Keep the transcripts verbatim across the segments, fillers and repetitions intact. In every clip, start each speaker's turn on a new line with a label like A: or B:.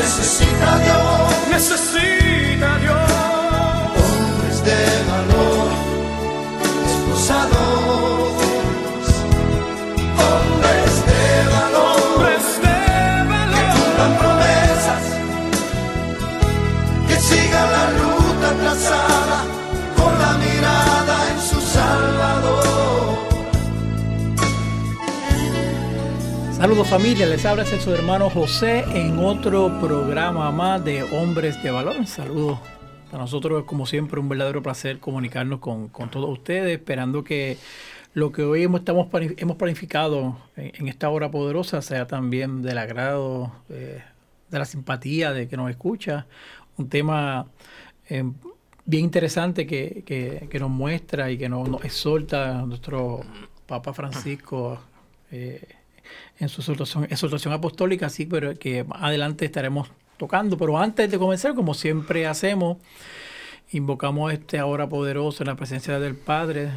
A: necesita a Dios,
B: necesita a Dios.
A: hombres de valor, esforzados, hombres de valor,
B: Hombres de valor.
A: que cumplan promesas, que sigan la ruta trazada, con la mirada en su Salvador.
C: Saludos familia, les habla su hermano José en otro programa más de Hombres de Valor. Saludos. Para nosotros es como siempre un verdadero placer comunicarnos con, con todos ustedes, esperando que lo que hoy hemos, estamos, hemos planificado en, en esta hora poderosa sea también del agrado, eh, de la simpatía de que nos escucha. Un tema eh, bien interesante que, que, que nos muestra y que nos, nos exhorta a nuestro Papa Francisco eh, en su exhortación, exhortación apostólica, sí, pero que más adelante estaremos tocando. Pero antes de comenzar, como siempre hacemos, invocamos esta hora poderosa en la presencia del Padre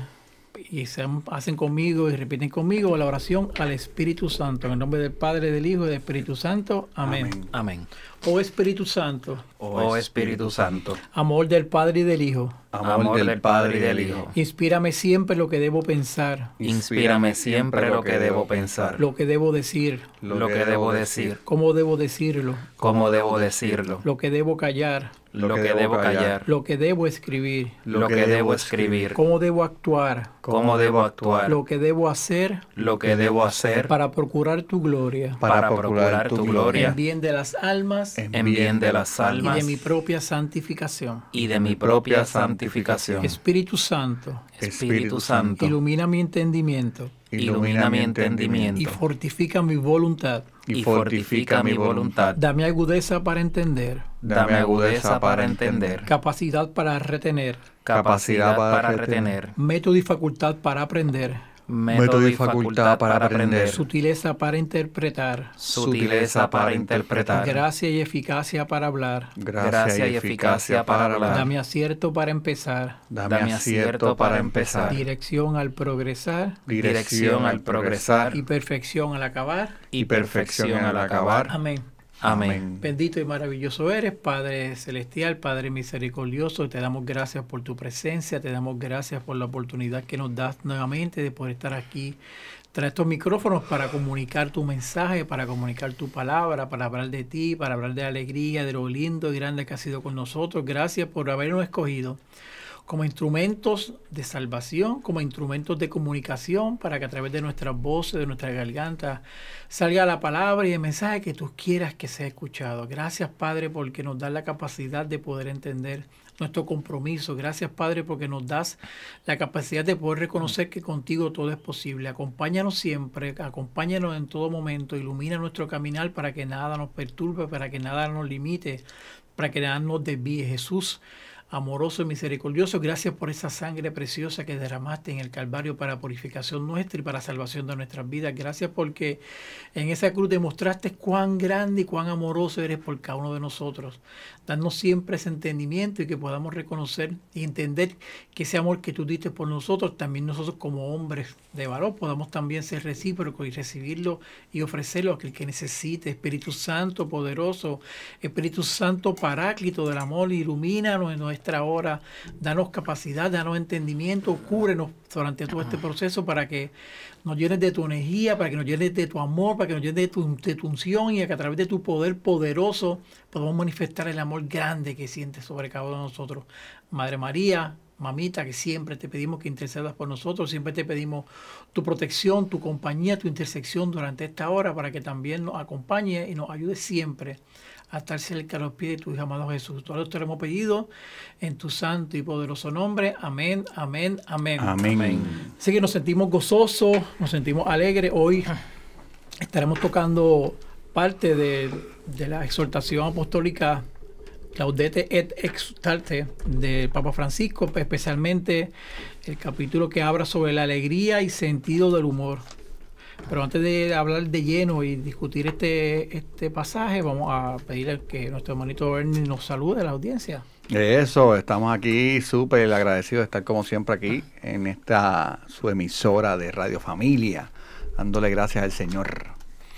C: y se hacen conmigo y repiten conmigo la oración al Espíritu Santo. En el nombre del Padre, del Hijo y del Espíritu Santo. Amén.
D: Amén. Amén.
C: Oh Espíritu Santo,
D: Oh Espíritu Santo,
C: amor del Padre y del Hijo,
D: amor del Padre y del Hijo,
C: inspírame siempre lo que debo pensar,
D: inspírame siempre lo que debo pensar,
C: lo que debo decir,
D: lo que debo decir,
C: cómo debo decirlo,
D: cómo debo decirlo,
C: lo que debo callar,
D: lo que debo callar,
C: lo que debo escribir,
D: lo que debo escribir,
C: cómo debo actuar,
D: cómo debo actuar,
C: lo que debo hacer
D: lo que debo hacer
C: para procurar tu gloria,
D: para procurar tu
C: en
D: gloria,
C: bien de las almas
D: en bien de las
C: y
D: almas
C: de mi propia santificación.
D: y de mi propia santificación.
C: Espíritu Santo,
D: Espíritu Santo,
C: ilumina mi entendimiento
D: ilumina mi
C: y
D: entendimiento
C: fortifica mi voluntad.
D: y fortifica mi voluntad.
C: Dame agudeza para entender,
D: Dame agudeza para entender,
C: capacidad para retener,
D: capacidad para retener,
C: método y facultad para aprender,
D: método y facultad para aprender,
C: sutileza para interpretar,
D: sutileza para interpretar,
C: gracia y eficacia para hablar.
D: gracia y eficacia para hablar,
C: Dame acierto para empezar,
D: dame acierto para empezar,
C: dirección al progresar
D: dirección al progresar
C: y perfección al acabar.
D: y perfección al acabar.
C: Amén.
D: Amén.
C: Bendito y maravilloso eres, Padre Celestial, Padre Misericordioso. Te damos gracias por tu presencia, te damos gracias por la oportunidad que nos das nuevamente de poder estar aquí tras estos micrófonos para comunicar tu mensaje, para comunicar tu palabra, para hablar de ti, para hablar de alegría, de lo lindo y grande que has sido con nosotros. Gracias por habernos escogido como instrumentos de salvación, como instrumentos de comunicación, para que a través de nuestras voces, de nuestra garganta, salga la palabra y el mensaje que tú quieras que sea escuchado. Gracias, Padre, porque nos das la capacidad de poder entender nuestro compromiso. Gracias, Padre, porque nos das la capacidad de poder reconocer que contigo todo es posible. Acompáñanos siempre, acompáñanos en todo momento, ilumina nuestro caminar para que nada nos perturbe, para que nada nos limite, para que nada nos desvíe. Jesús, amoroso y misericordioso, gracias por esa sangre preciosa que derramaste en el Calvario para purificación nuestra y para salvación de nuestras vidas. Gracias porque en esa cruz demostraste cuán grande y cuán amoroso eres por cada uno de nosotros. Danos siempre ese entendimiento y que podamos reconocer y entender que ese amor que tú diste por nosotros, también nosotros como hombres de valor podamos también ser recíprocos y recibirlo y ofrecerlo a aquel que necesite. Espíritu Santo poderoso, Espíritu Santo paráclito del amor, ilumínanos en nuestra hora, danos capacidad, danos entendimiento, cúbrenos durante todo este proceso para que nos llenes de tu energía, para que nos llenes de tu amor, para que nos llenes de tu, de tu unción y que a través de tu poder poderoso podamos manifestar el amor grande que sientes sobre cada uno de nosotros. Madre María, mamita, que siempre te pedimos que intercedas por nosotros, siempre te pedimos tu protección, tu compañía, tu intersección durante esta hora para que también nos acompañe y nos ayude siempre a estar cerca de los pies de tu Hijo amado Jesús. Todo esto lo hemos pedido en tu santo y poderoso nombre. Amén, amén, amén.
D: Amén. Amén.
C: Así que nos sentimos gozosos, nos sentimos alegres. Hoy estaremos tocando parte de, de la exhortación apostólica Laudete et Exulte del Papa Francisco, especialmente el capítulo que habla sobre la alegría y sentido del humor. Pero antes de hablar de lleno y discutir este, este pasaje, vamos a pedirle que nuestro hermanito Bernie nos salude a la audiencia.
E: Eso, estamos aquí súper agradecidos de estar como siempre aquí en esta su emisora de Radio Familia, dándole gracias al Señor.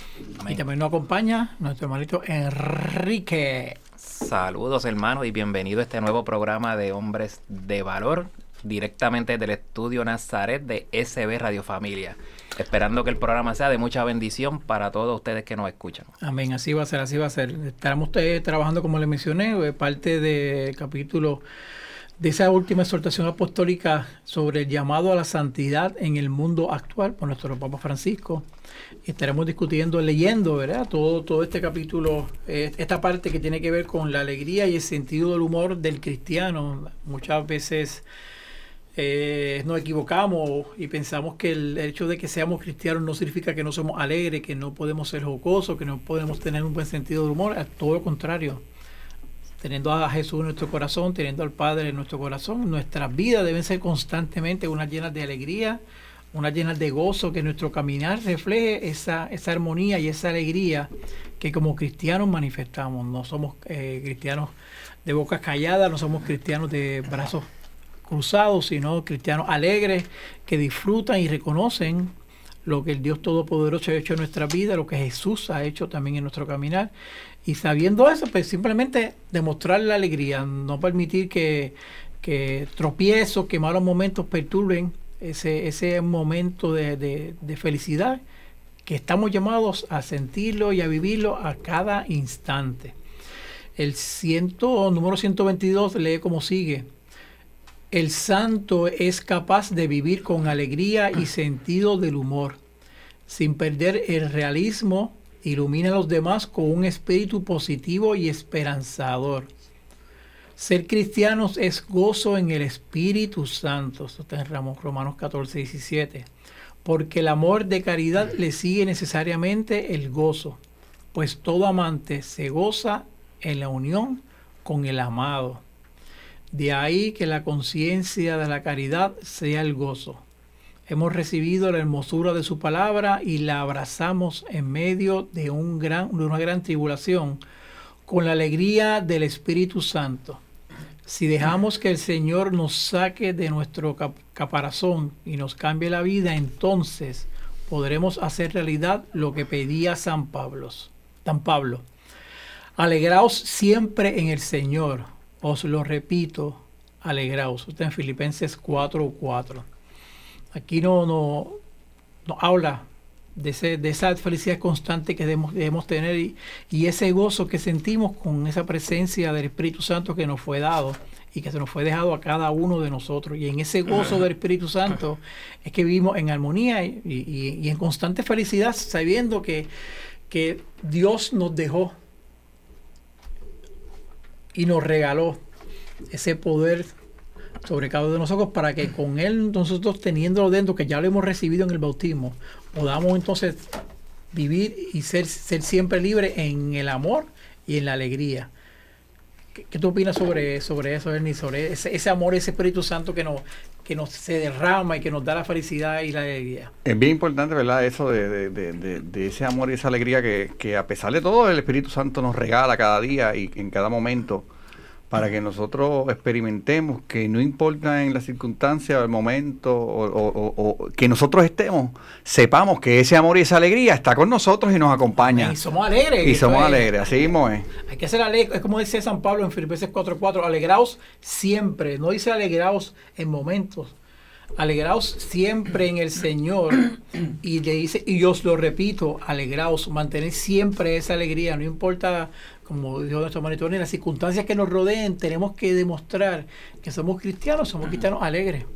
C: Amén. Y también nos acompaña nuestro hermanito Enrique.
F: Saludos, hermanos, y bienvenido a este nuevo programa de Hombres de Valor, directamente del estudio Nazaret de S B Radio Familia. Esperando que el programa sea de mucha bendición para todos ustedes que nos escuchan.
C: Amén, así va a ser, así va a ser. Estamos eh, trabajando, como les mencioné, parte del capítulo de esa última exhortación apostólica sobre el llamado a la santidad en el mundo actual por nuestro Papa Francisco. Estaremos discutiendo, leyendo, ¿verdad? Todo, todo este capítulo, eh, esta parte que tiene que ver con la alegría y el sentido del humor del cristiano. Muchas veces eh, nos equivocamos y pensamos que el hecho de que seamos cristianos no significa que no somos alegres, que no podemos ser jocosos, que no podemos tener un buen sentido del humor. A todo lo contrario. Teniendo a Jesús en nuestro corazón, teniendo al Padre en nuestro corazón, nuestras vidas deben ser constantemente unas llenas de alegría, unas llenas de gozo, que nuestro caminar refleje esa, esa armonía y esa alegría que como cristianos manifestamos. No somos eh, cristianos de bocas calladas, no somos cristianos de brazos cruzados, sino cristianos alegres que disfrutan y reconocen lo que el Dios Todopoderoso ha hecho en nuestra vida, lo que Jesús ha hecho también en nuestro caminar. Y sabiendo eso, pues simplemente demostrar la alegría, no permitir que, que tropiezos, que malos momentos perturben ese, ese momento de, de, de felicidad que estamos llamados a sentirlo y a vivirlo a cada instante. El ciento, número ciento veintidós lee como sigue: el santo es capaz de vivir con alegría y sentido del humor, sin perder el realismo. Ilumina a los demás con un espíritu positivo y esperanzador. Ser cristianos es gozo en el Espíritu Santo. Esto está en Romanos catorce, diecisiete. Porque el amor de caridad le sigue necesariamente el gozo, pues todo amante se goza en la unión con el amado. De ahí que la conciencia de la caridad sea el gozo. Hemos recibido la hermosura de su palabra y la abrazamos en medio de, un gran, de una gran tribulación con la alegría del Espíritu Santo. Si dejamos que el Señor nos saque de nuestro cap- caparazón y nos cambie la vida, entonces podremos hacer realidad lo que pedía San Pablo. San Pablo. Alegraos siempre en el Señor. Os lo repito, alegraos. Está en Filipenses cuatro cuatro. Aquí no, no, no habla de, ese, de esa felicidad constante que debemos, debemos tener y, y ese gozo que sentimos con esa presencia del Espíritu Santo que nos fue dado y que se nos fue dejado a cada uno de nosotros. Y en ese gozo del Espíritu Santo es que vivimos en armonía y, y, y en constante felicidad, sabiendo que, que Dios nos dejó y nos regaló ese poder sobre cada uno de nosotros, para que con Él, nosotros teniéndolo dentro, que ya lo hemos recibido en el bautismo, podamos entonces vivir y ser, ser siempre libres en el amor y en la alegría. ¿Qué, qué tú opinas sobre, sobre eso, Ernie? Sobre ese, ese amor, ese Espíritu Santo que nos, que nos se derrama y que nos da la felicidad y la alegría.
E: Es bien importante, ¿verdad? Eso de, de, de, de, de ese amor y esa alegría que, que a pesar de todo el Espíritu Santo nos regala cada día y en cada momento, para que nosotros experimentemos que no importa en las circunstancias, el momento o, o, o, o que nosotros estemos, sepamos que ese amor y esa alegría está con nosotros y nos acompaña.
C: Y somos alegres.
E: Y somos alegres, así mismo es.
C: Hay que ser alegres, es como dice San Pablo en Filipenses cuatro cuatro, alegraos siempre, no dice alegraos en momentos, alegraos siempre en el Señor. Y le dice, y yo os lo repito, alegraos, mantener siempre esa alegría, no importa, como dijo nuestro hermanito, en las circunstancias que nos rodeen, tenemos que demostrar que somos cristianos, somos cristianos alegres.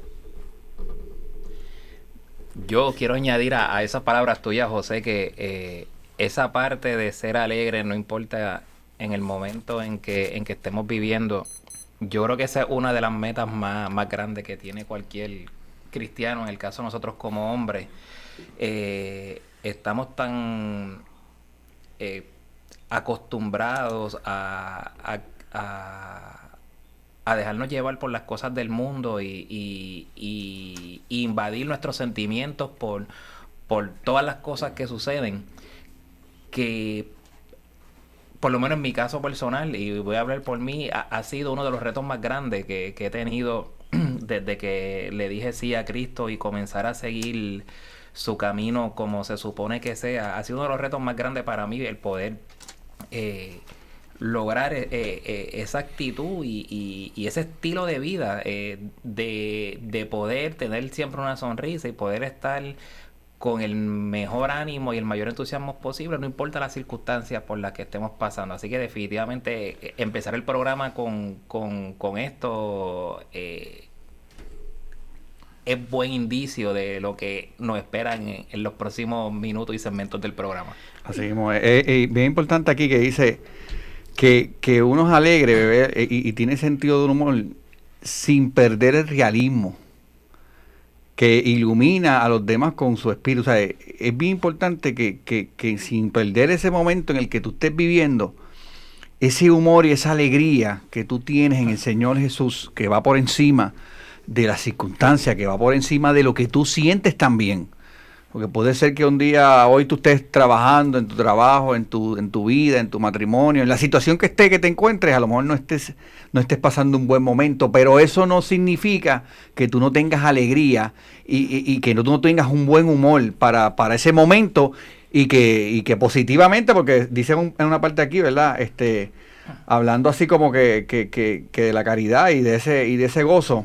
F: Yo quiero añadir a, a esas palabras tuyas, José, que eh, esa parte de ser alegre, no importa en el momento en que, en que estemos viviendo, yo creo que esa es una de las metas más, más grandes que tiene cualquier cristiano. En el caso de nosotros como hombres, eh, estamos tan eh, acostumbrados a, a, a, a dejarnos llevar por las cosas del mundo y, y, y, y invadir nuestros sentimientos por, por todas las cosas que suceden, que por lo menos en mi caso personal, y voy a hablar por mí, ha, ha sido uno de los retos más grandes que, que he tenido desde que le dije sí a Cristo y comenzar a seguir su camino como se supone que sea. Ha sido uno de los retos más grandes para mí el poder eh, lograr eh, eh, esa actitud y, y, y ese estilo de vida, eh, de, de poder tener siempre una sonrisa y poder estar con el mejor ánimo y el mayor entusiasmo posible, no importa las circunstancias por las que estemos pasando. Así que definitivamente eh, empezar el programa con, con, con esto eh, es buen indicio de lo que nos espera en, en los próximos minutos y segmentos del programa.
E: Así mismo, es eh, eh, bien importante aquí que dice que, que uno es alegre, bebé, eh, y, y tiene sentido de humor sin perder el realismo, que ilumina a los demás con su espíritu. O sea, es, es bien importante que, que, que sin perder ese momento en el que tú estés viviendo, ese humor y esa alegría que tú tienes en el Señor Jesús, que va por encima de las circunstancias, que va por encima de lo que tú sientes también. Porque puede ser que un día, hoy tú estés trabajando en tu trabajo, en tu, en tu vida, en tu matrimonio, en la situación que esté, que te encuentres, a lo mejor no estés, no estés pasando un buen momento, pero eso no significa que tú no tengas alegría y, y, y que no, tú no tengas un buen humor para, para ese momento y que, y que positivamente, porque dice un, en una parte aquí, ¿verdad? Este, hablando así como que, que, que, que de la caridad y de ese, y de ese gozo,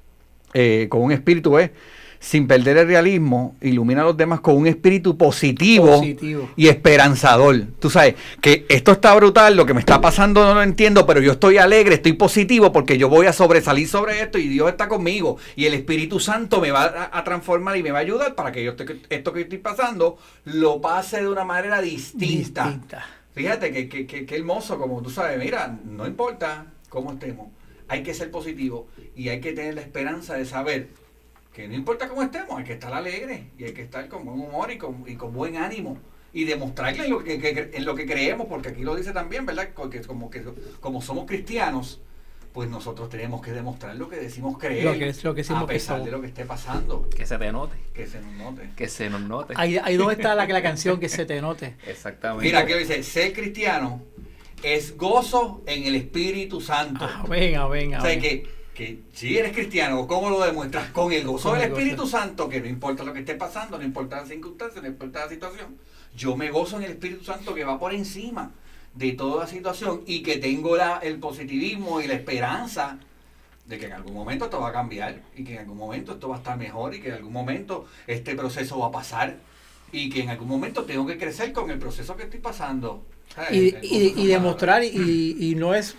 E: eh, con un espíritu, ¿eh? sin perder el realismo, ilumina a los demás con un espíritu positivo, positivo y esperanzador. Tú sabes que esto está brutal, lo que me está pasando no lo entiendo, pero yo estoy alegre, estoy positivo porque yo voy a sobresalir sobre esto y Dios está conmigo y el Espíritu Santo me va a, a transformar y me va a ayudar para que yo esto, esto que estoy pasando lo pase de una manera distinta. distinta. Fíjate que, que, que, que hermoso, como tú sabes, mira, no importa cómo estemos, hay que ser positivo y hay que tener la esperanza de saber que no importa cómo estemos, hay que estar alegre y hay que estar con buen humor y con, y con buen ánimo y demostrarle en lo que, que, en lo que creemos, porque aquí lo dice también, ¿verdad? Porque como, que, como somos cristianos, pues nosotros tenemos que demostrar lo que decimos creer,
C: lo que es, lo que
E: a pesar que de lo que esté pasando.
F: Que se te note.
E: Que se nos note.
F: Que se nos note.
C: Ahí, ahí donde está la, la canción, que se te note.
F: Exactamente.
E: Mira, aquí dice, ser cristiano es gozo en el Espíritu Santo.
C: Ah, venga, venga.
E: O sea,
C: venga.
E: que que si eres cristiano, ¿cómo lo demuestras? Con el gozo
C: Con
E: del
C: el gozo.
E: Espíritu Santo, que no importa lo que esté pasando, no importa las circunstancias, no importa la situación. Yo me gozo en el Espíritu Santo que va por encima de toda situación y que tengo la, el positivismo y la esperanza de que en algún momento esto va a cambiar y que en algún momento esto va a estar mejor y que en algún momento este proceso va a pasar y que en algún momento tengo que crecer con el proceso que estoy pasando.
C: Y, y, y demostrar, y, y no es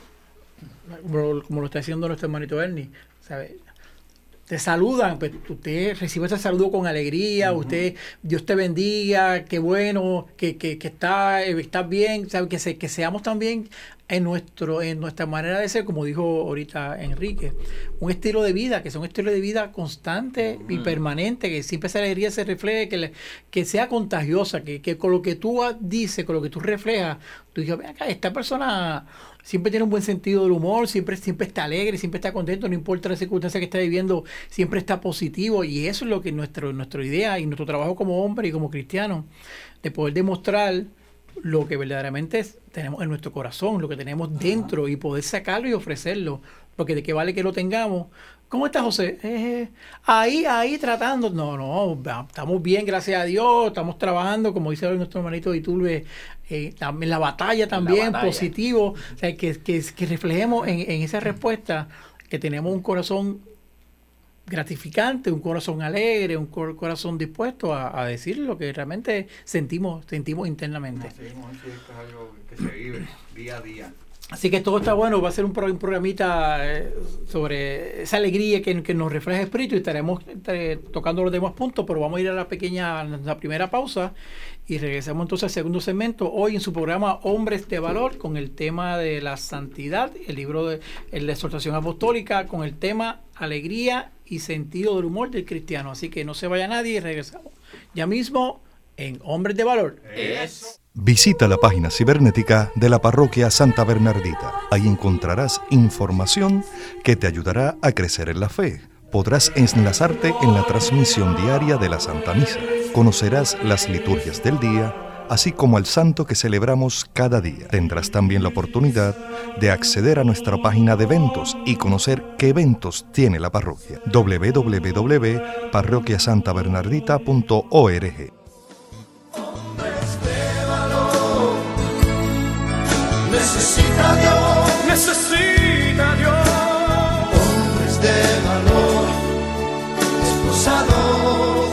C: como lo está haciendo nuestro hermanito Ernie, ¿sabes? Te saludan, pues usted recibe ese saludo con alegría, uh-huh. usted, Dios te bendiga, qué bueno, que, que, que está, estás bien, ¿sabe? Que, se, que seamos también en nuestro, en nuestra manera de ser, como dijo ahorita Enrique, un estilo de vida, que sea un estilo de vida constante uh-huh. y permanente, que siempre esa alegría se refleje, que, le, que sea contagiosa, que, que con lo que tú dices, con lo que tú reflejas, tú dices, ven acá, esta persona siempre tiene un buen sentido del humor, siempre, siempre está alegre, siempre está contento, no importa la circunstancia que está viviendo, siempre está positivo, y eso es lo que nuestro, nuestra idea y nuestro trabajo como hombre y como cristiano, de poder demostrar lo que verdaderamente es, tenemos en nuestro corazón, lo que tenemos dentro, y poder sacarlo y ofrecerlo, porque de qué vale que lo tengamos. ¿Cómo está José? Eh, ahí, ahí tratando. No, no, estamos bien, gracias a Dios, estamos trabajando, como dice nuestro hermanito Iturbe, eh, en la batalla también, la batalla. Positivo, o sea, que, que, que reflejemos en, en esa respuesta que tenemos un corazón gratificante, un corazón alegre, un cor- corazón dispuesto a, a decir lo que realmente sentimos, sentimos internamente.
E: No, seguimos, esto es algo que se vive día a día.
C: Así que todo está bueno, va a ser un, pro, un programita eh, sobre esa alegría que, que nos refleja el espíritu, y estaremos eh, tocando los demás puntos, pero vamos a ir a la pequeña, a la primera pausa y regresamos entonces al segundo segmento, hoy en su programa Hombres de Valor, con el tema de la santidad, el libro de la exhortación apostólica, con el tema alegría y sentido del humor del cristiano. Así que no se vaya nadie y regresamos ya mismo en Hombres de Valor.
E: Eso.
G: Visita la página cibernética de la Parroquia Santa Bernardita. Ahí encontrarás información que te ayudará a crecer en la fe. Podrás enlazarte en la transmisión diaria de la Santa Misa. Conocerás las liturgias del día, así como al santo que celebramos cada día. Tendrás también la oportunidad de acceder a nuestra página de eventos y conocer qué eventos tiene la parroquia. doble u doble u doble u punto parroquia santa bernardita punto org.
A: Necesita Dios,
B: necesita Dios.
A: hombres de valor, esposados,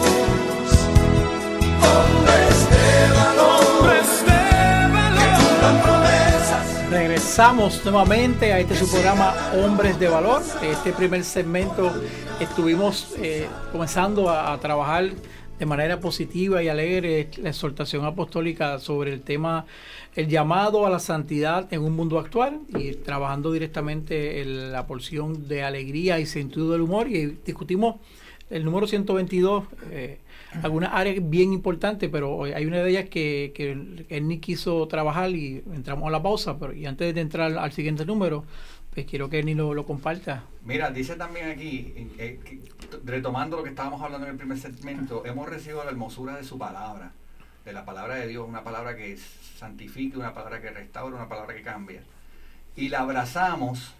A: hombres de valor,
B: Hombres de valor.
A: que cumplan promesas.
C: Regresamos nuevamente a este su programa Hombres de Valor. Este primer segmento estuvimos eh, comenzando a, a trabajar de manera positiva y alegre la exhortación apostólica sobre el tema, el llamado a la santidad en un mundo actual, y trabajando directamente en la porción de alegría y sentido del humor, y discutimos el número ciento veintidós, eh, algunas áreas bien importantes, pero hay una de ellas que, que él ni quiso trabajar y entramos a la pausa, pero y antes de entrar al siguiente número, pues quiero que Ernie lo, lo comparta.
E: Mira, dice también aquí, eh, que, retomando lo que estábamos hablando en el primer segmento, hemos recibido la hermosura de su palabra, de la palabra de Dios, una palabra que santifica, una palabra que restaura, una palabra que cambia. Y la abrazamos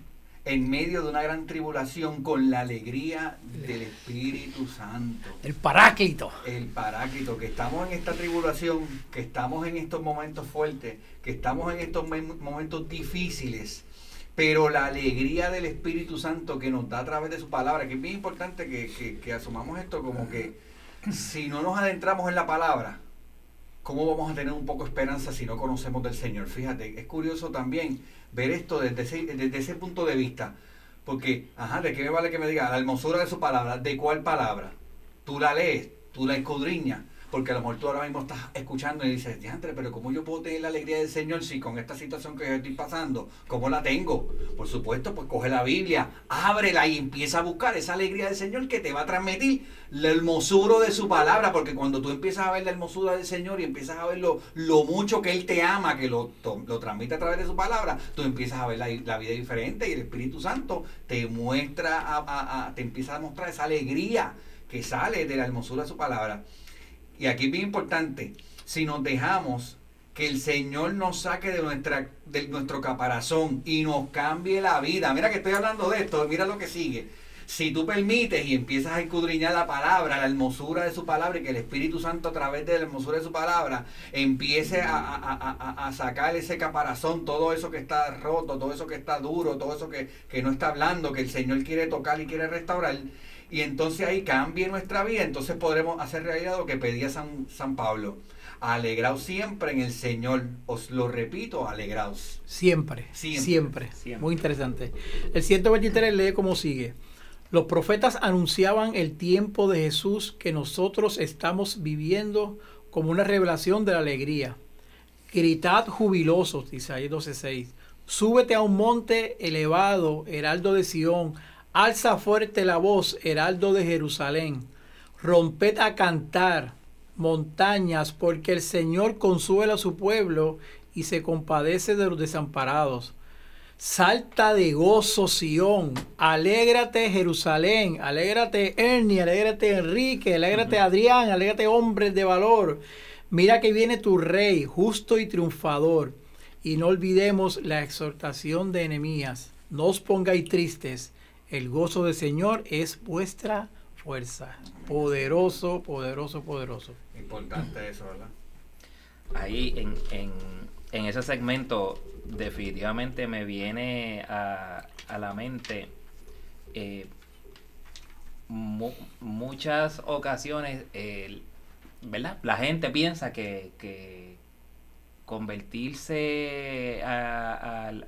E: en medio de una gran tribulación con la alegría del Espíritu Santo.
C: El Paráclito.
E: El Paráclito, que estamos en esta tribulación, que estamos en estos momentos fuertes, que estamos en estos momentos difíciles, pero la alegría del Espíritu Santo que nos da a través de su palabra, que es bien importante que, que, que asumamos esto como que si no nos adentramos en la palabra, ¿cómo vamos a tener un poco de esperanza si no conocemos del Señor? Fíjate, es curioso también ver esto desde ese, desde ese punto de vista, porque, ajá, ¿de qué me vale que me diga la hermosura de su palabra? ¿De cuál palabra? Tú la lees, tú la escudriñas, porque a lo mejor tú ahora mismo estás escuchando y dices, diantre, pero ¿cómo yo puedo tener la alegría del Señor si con esta situación que yo estoy pasando, cómo la tengo? Por supuesto, pues coge la Biblia, ábrela y empieza a buscar esa alegría del Señor que te va a transmitir la hermosura de su palabra, porque cuando tú empiezas a ver la hermosura del Señor y empiezas a ver lo, lo mucho que Él te ama, que lo, lo transmite a través de su palabra, tú empiezas a ver la, la vida diferente y el Espíritu Santo te muestra, a, a, a, te empieza a mostrar esa alegría que sale de la hermosura de su palabra. Y aquí es bien importante, si nos dejamos que el Señor nos saque de nuestra de nuestro caparazón y nos cambie la vida. Mira que estoy hablando de esto, mira lo que sigue. Si tú permites y empiezas a escudriñar la palabra, la hermosura de su palabra, y que el Espíritu Santo a través de la hermosura de su palabra empiece a, a, a, a sacar ese caparazón, todo eso que está roto, todo eso que está duro, todo eso que, que no está hablando, que el Señor quiere tocar y quiere restaurar, y entonces ahí cambie nuestra vida, entonces podremos hacer realidad lo que pedía San, San Pablo. Alegraos siempre en el Señor. Os lo repito, alegraos.
C: Siempre, siempre, siempre. siempre. Muy interesante. El ciento veintitrés lee como sigue. Los profetas anunciaban el tiempo de Jesús que nosotros estamos viviendo como una revelación de la alegría. Gritad jubilosos, Isaías doce seis. Súbete a un monte elevado, heraldo de Sión. Alza fuerte la voz, heraldo de Jerusalén. Romped a cantar, montañas, porque el Señor consuela a su pueblo y se compadece de los desamparados. Salta de gozo, Sión. Alégrate, Jerusalén. Alégrate, Ernie. Alégrate, Enrique. Alégrate, Adrián. Alégrate, hombres de valor. Mira que viene tu rey, justo y triunfador. Y no olvidemos la exhortación de Nehemías. No os pongáis tristes. El gozo del Señor es vuestra fuerza. Poderoso, poderoso, poderoso.
E: Importante eso, ¿verdad?
F: Ahí en, en, en ese segmento definitivamente me viene a, a la mente eh, mu muchas ocasiones, eh, ¿verdad? La gente piensa que, que convertirse al...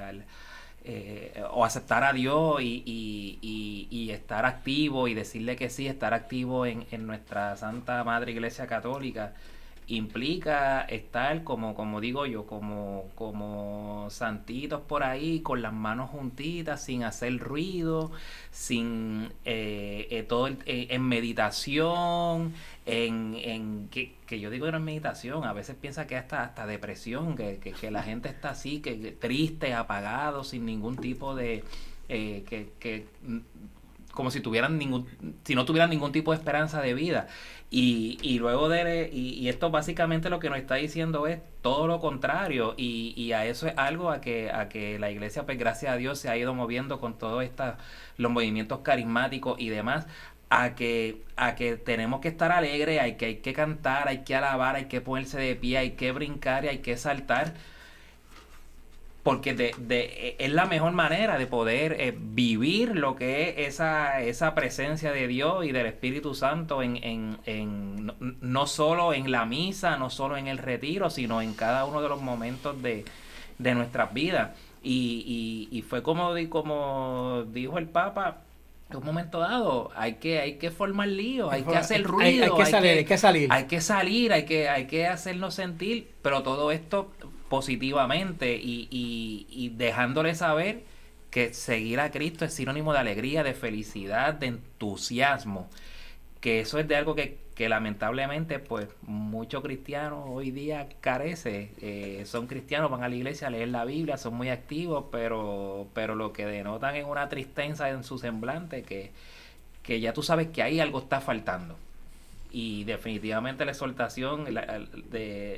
F: Eh, o aceptar a Dios y, y, y, y estar activo y decirle que sí, estar activo en, en nuestra Santa Madre Iglesia Católica implica estar como, como digo yo, como, como santitos por ahí, con las manos juntitas, sin hacer ruido, sin eh, eh, todo el, eh, en meditación, en, en que, que yo digo que no es meditación, a veces piensa que hasta, hasta depresión, que, que, que la gente está así, que, que triste, apagado, sin ningún tipo de eh, que, que como si tuvieran ningún, si no tuvieran ningún tipo de esperanza de vida. Y, y luego de, y, y esto básicamente lo que nos está diciendo es todo lo contrario, y, y a eso es algo a que, a que la iglesia, pues gracias a Dios, se ha ido moviendo con todos estos, los movimientos carismáticos y demás, a que, a que tenemos que estar alegres, hay que, hay que cantar, hay que alabar, hay que ponerse de pie, hay que brincar y hay que saltar, porque de, de, es la mejor manera de poder eh, vivir lo que es esa, esa presencia de Dios y del Espíritu Santo en, en, en no, no solo en la misa, no solo en el retiro, sino en cada uno de los momentos de, de nuestras vidas. Y, y, y fue como, como dijo el Papa, en un momento dado, hay que, hay que formar lío, hay que hacer ruido,
C: hay, hay, que salir, hay, que, hay que salir,
F: hay que salir, hay que, hay que hacernos sentir, pero todo esto positivamente y, y, y dejándole saber que seguir a Cristo es sinónimo de alegría, de felicidad, de entusiasmo, que eso es de algo que, que lamentablemente pues muchos cristianos hoy día carecen. Eh, son cristianos, van a la iglesia a leer la Biblia, son muy activos, pero pero lo que denotan es una tristeza en su semblante que, que ya tú sabes que ahí algo está faltando. Y definitivamente la exhortación de, de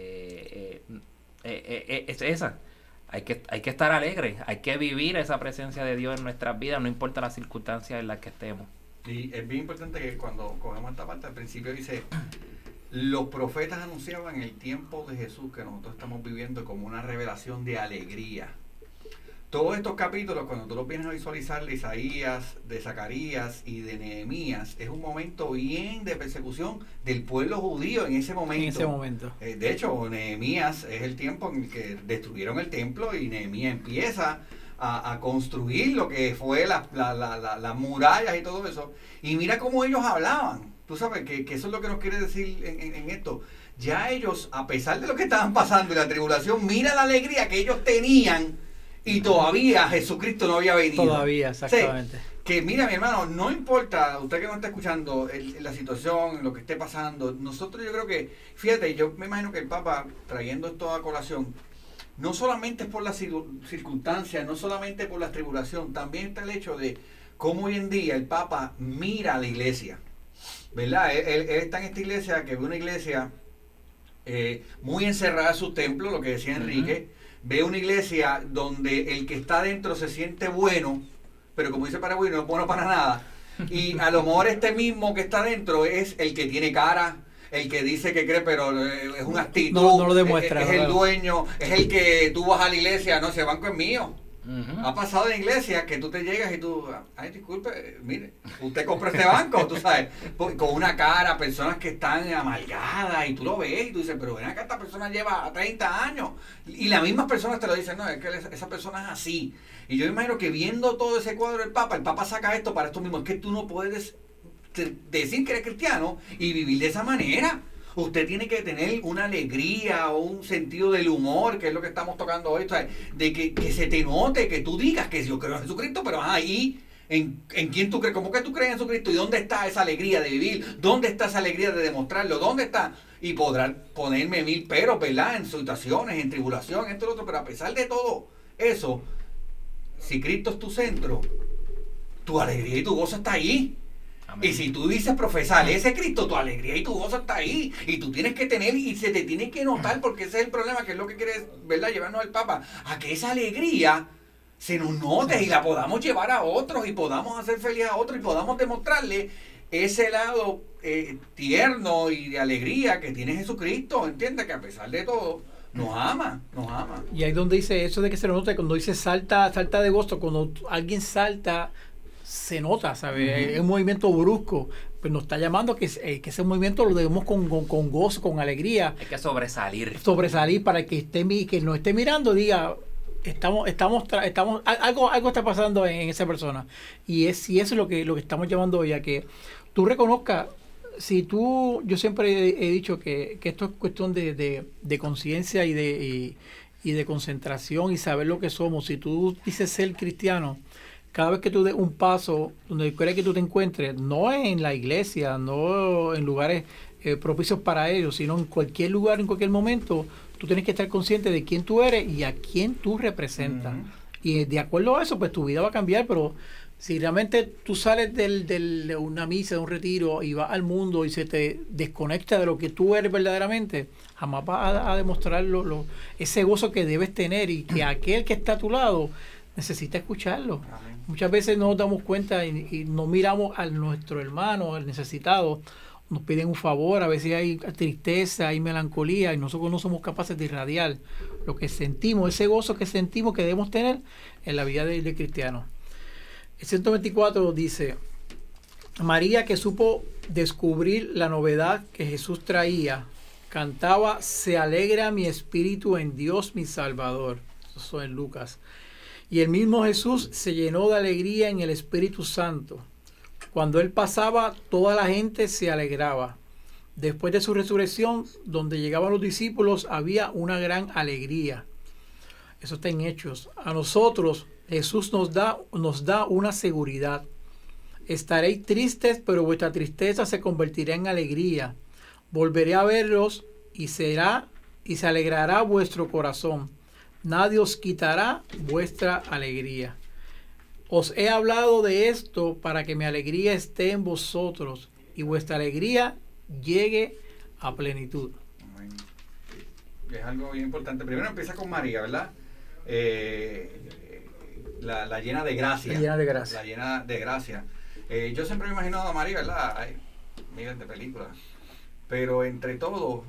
F: eh, eh, Eh, eh, eh, es esa, hay que, hay que estar alegres, hay que vivir esa presencia de Dios en nuestras vidas, no importa las circunstancias en las que estemos.
E: Y es bien importante que cuando cogemos esta parte, al principio dice, los profetas anunciaban el tiempo de Jesús que nosotros estamos viviendo como una revelación de alegría. Todos estos capítulos, cuando tú los vienes a visualizar, de Isaías, de Zacarías y de Nehemías, es un momento bien de persecución del pueblo judío en ese momento.
C: En ese momento.
E: Eh, de hecho, Nehemías es el tiempo en el que destruyeron el templo y Nehemías empieza a, a construir lo que fue las la, la, la, la murallas y todo eso. Y mira cómo ellos hablaban. Tú sabes que, que eso es lo que nos quiere decir en, en, en esto. Ya ellos, a pesar de lo que estaban pasando y la tribulación, mira la alegría que ellos tenían. Y todavía Jesucristo no había venido.
C: Todavía, exactamente.
E: Sí, que mira, mi hermano, no importa, usted que nos está escuchando, el, la situación, lo que esté pasando, nosotros yo creo que, fíjate, yo me imagino que el Papa, trayendo esto a colación, no solamente es por las circunstancias, no solamente por la tribulación, también está el hecho de cómo hoy en día el Papa mira a la iglesia, ¿verdad? Él, él, él está en esta iglesia, que ve una iglesia eh, muy encerrada en su templo, lo que decía Enrique, uh-huh. Ve una iglesia donde el que está dentro se siente bueno, pero como dice Paraguay, no es bueno para nada. Y a lo mejor este mismo que está dentro es el que tiene cara, el que dice que cree, pero es una actitud.
C: No, no lo demuestra.
E: Es, es el dueño, es el que tú vas a la iglesia, no, ese banco es mío. Uh-huh. Ha pasado en iglesia que tú te llegas y tú, ay, disculpe, mire, usted compró este banco, tú sabes, con una cara, personas que están amargadas y tú lo ves y tú dices, pero ven acá, esta persona lleva treinta años y las mismas personas te lo dicen, no, es que esa persona es así. Y yo imagino que viendo todo ese cuadro del Papa, el Papa saca esto para esto mismo, es que tú no puedes decir que eres cristiano y vivir de esa manera. Usted tiene que tener una alegría o un sentido del humor, que es lo que estamos tocando hoy, ¿sabes? De que, que se te note, que tú digas que yo creo en Jesucristo, pero ahí, ¿en, en quién tú crees? ¿Cómo que tú crees en Jesucristo? ¿Y dónde está esa alegría de vivir? ¿Dónde está esa alegría de demostrarlo? ¿Dónde está? Y podrán ponerme mil peros, ¿verdad? En situaciones, en tribulación, esto y lo otro, pero a pesar de todo eso, si Cristo es tu centro, tu alegría y tu gozo está ahí. Amén. Y si tú dices profesar ese Cristo, tu alegría y tu gozo está ahí. Y tú tienes que tener, y se te tiene que notar, porque ese es el problema, que es lo que quiere, ¿verdad?, llevarnos el Papa, a que esa alegría se nos note y la podamos llevar a otros y podamos hacer feliz a otros y podamos demostrarle ese lado eh, tierno y de alegría que tiene Jesucristo, ¿entiendes? Que a pesar de todo nos ama, nos ama.
C: Y ahí donde dice eso de que se nos note, cuando dice salta, salta de gozo, cuando alguien salta, se nota, ¿sabes? Uh-huh. Es un movimiento brusco, pues nos está llamando que, eh, que ese movimiento lo debemos con, con, con gozo, con alegría.
F: Hay que sobresalir.
C: Sobresalir para que esté que nos esté mirando, diga, estamos, estamos, estamos, algo, algo está pasando en, en esa persona. Y es, y eso es lo que, lo que estamos llamando hoy, a que tú reconozcas, si tú, yo siempre he, he dicho que, que esto es cuestión de, de, de conciencia y de, y, y de concentración y saber lo que somos. Si tú dices ser cristiano, cada vez que tú des un paso donde quiera que tú te encuentres, no en la iglesia, no en lugares eh, propicios para ellos, sino en cualquier lugar, en cualquier momento, tú tienes que estar consciente de quién tú eres y a quién tú representas. Uh-huh. Y de acuerdo a eso, pues tu vida va a cambiar, pero Si realmente tú sales del, del, de una misa, de un retiro y vas al mundo y se te desconecta de lo que tú eres verdaderamente, jamás vas a, a demostrar lo, lo, ese gozo que debes tener y que aquel que está a tu lado necesita escucharlo. Amén. Muchas veces no nos damos cuenta y, y no miramos a nuestro hermano, al necesitado, nos piden un favor, a veces hay tristeza, hay melancolía y nosotros no somos capaces de irradiar lo que sentimos, ese gozo que sentimos que debemos tener en la vida del de cristiano. El ciento veinticuatro dice, María, que supo descubrir la novedad que Jesús traía, cantaba, se alegra mi espíritu en Dios mi Salvador. Eso es en Lucas. Y el mismo Jesús se llenó de alegría en el Espíritu Santo. Cuando él pasaba, toda la gente se alegraba. Después de su resurrección, donde llegaban los discípulos, había una gran alegría. Eso está en Hechos. A nosotros, Jesús nos da, nos da una seguridad. Estaréis tristes, pero vuestra tristeza se convertirá en alegría. Volveré a verlos y será y se alegrará vuestro corazón. Nadie os quitará vuestra alegría. Os he hablado de esto para que mi alegría esté en vosotros y vuestra alegría llegue a plenitud.
E: Es algo bien importante. Primero empieza con María, ¿verdad? Eh, la, la llena de gracia.
C: La llena de gracia.
E: La llena de gracia. Eh, yo siempre me he imaginado a María, ¿verdad? Hay miles de películas. Pero entre todos,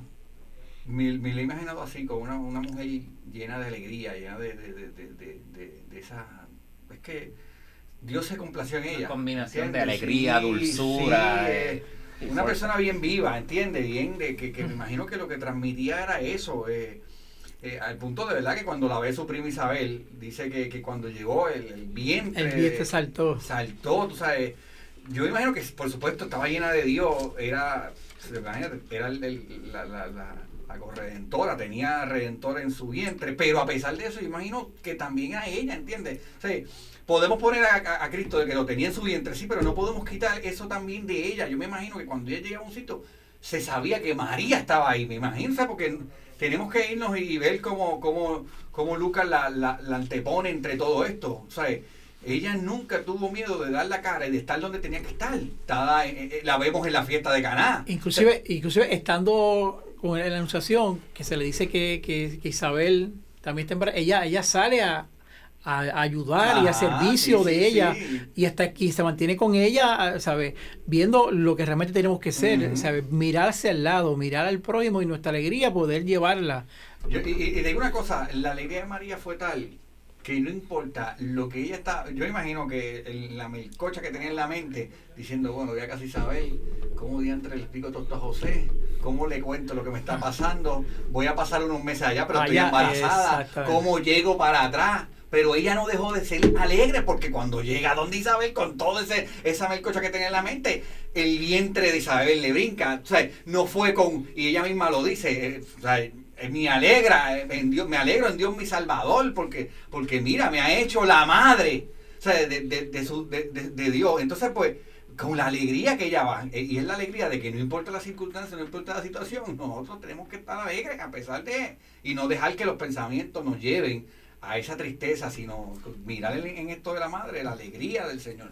E: me, me la he imaginado así, con una, una mujer llena de alegría, llena de, de, de, de, de, de, de esa... Es que Dios se complació en ella.
F: Una combinación
E: ¿entiendes?
F: de alegría,
E: sí,
F: dulzura.
E: Sí,
F: eh,
E: eh, una persona bien viva, ¿entiendes? Bien, de que, que me imagino que lo que transmitía era eso. Eh, eh, al punto de verdad que cuando la ve su prima Isabel, dice que, que cuando llegó el, el vientre...
C: El vientre saltó.
E: Saltó, tú sabes. Yo imagino que, por supuesto, estaba llena de Dios. Era, imagínate, era el, el, la, la, la, la corredentora, tenía redentor en su vientre. Pero a pesar de eso, yo imagino que también a ella, ¿entiendes? O sea, podemos poner a, a, a Cristo de que lo tenía en su vientre, sí, pero no podemos quitar eso también de ella. Yo me imagino que cuando ella llegaba a un sitio, se sabía que María estaba ahí, me imagino, ¿sabes? Porque tenemos que irnos y ver cómo, cómo, cómo Lucas la, la, la antepone entre todo esto, ¿sabes? Ella nunca tuvo miedo de dar la cara y de estar donde tenía que estar. Estaba, eh, la vemos en la fiesta de Caná.
C: Inclusive, o sea, inclusive estando con la anunciación, que se le dice que, que, que Isabel también está embarazada, ella, ella sale a, a, a ayudar ah, y a servicio sí, de sí, ella sí. y hasta aquí se mantiene con ella, ¿sabes? Viendo lo que realmente tenemos que ser, uh-huh. ¿sabes? Mirarse al lado, mirar al prójimo y nuestra alegría poder llevarla.
E: Yo, y, y digo una cosa, la alegría de María fue tal que no importa lo que ella está, yo imagino que el, la melcocha que tenía en la mente, diciendo, bueno, ya casi sabéis, ¿cómo diantre le explico todo esto a José? ¿Cómo le cuento lo que me está pasando? Voy a pasar unos meses allá, pero estoy allá, embarazada, ¿cómo llego para atrás? Pero ella no dejó de ser alegre, porque cuando llega donde Isabel, con toda esa melcocha que tenía en la mente, el vientre de Isabel le brinca, o sea, no fue con, y ella misma lo dice, eh, o sea, me alegra, en Dios, me alegro en Dios mi Salvador, porque, porque mira, me ha hecho la madre, o sea, de, de, de, su, de, de, de Dios. Entonces, pues, con la alegría que ella va, y es la alegría de que no importa la circunstancia, no importa la situación, nosotros tenemos que estar alegres a pesar de, y no dejar que los pensamientos nos lleven a esa tristeza, sino mirar en, en esto de la madre, la alegría del Señor.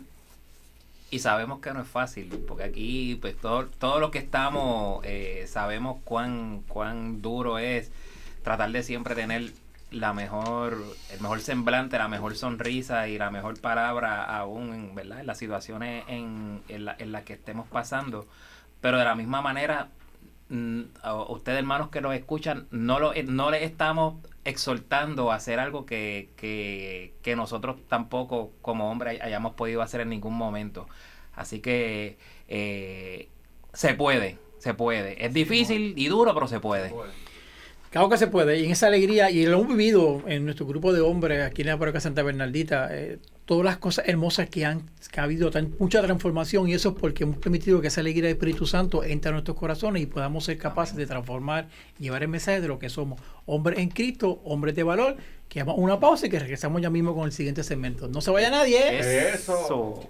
F: Y sabemos que no es fácil, porque aquí pues todo, todo lo que estamos eh, sabemos cuán cuán duro es tratar de siempre tener la mejor el mejor semblante, la mejor sonrisa y la mejor palabra aún en, ¿verdad? En las situaciones en, en, la, en las que estemos pasando. Pero de la misma manera, mm, a ustedes hermanos que nos escuchan, no, lo, no les estamos exhortando a hacer algo que, que, que nosotros tampoco como hombres hayamos podido hacer en ningún momento. Así que eh, se puede, se puede. Es difícil y duro, pero se puede.
C: Claro que se puede. Y en esa alegría, y lo hemos vivido en nuestro grupo de hombres aquí en la parroquia Santa Bernardita, eh, todas las cosas hermosas que han que ha habido, tan, mucha transformación, y eso es porque hemos permitido que esa alegría del Espíritu Santo entre a nuestros corazones y podamos ser capaces Amén. De transformar y llevar el mensaje de lo que somos, hombres en Cristo, hombres de valor. Que damos una pausa y que regresamos ya mismo con el siguiente segmento. No se vaya nadie. ¿eh?
E: Eso.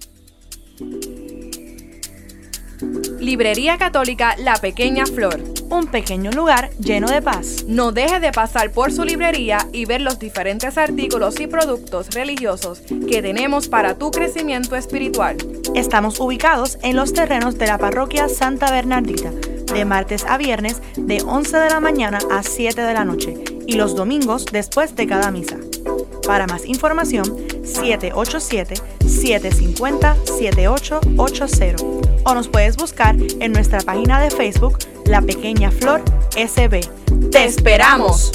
H: Librería Católica La Pequeña Flor. un pequeño lugar lleno de paz.
I: No deje de pasar por su librería y ver los diferentes artículos y productos religiosos que tenemos para tu crecimiento espiritual.
H: Estamos ubicados en los terrenos de la parroquia Santa Bernardita, de martes a viernes de once de la mañana a siete de la noche y los domingos después de cada misa. Para más información, siete ocho siete, siete cinco cero, siete ocho ocho cero o nos puedes buscar en nuestra página de Facebook La Pequeña Flor S B.
I: ¡Te esperamos!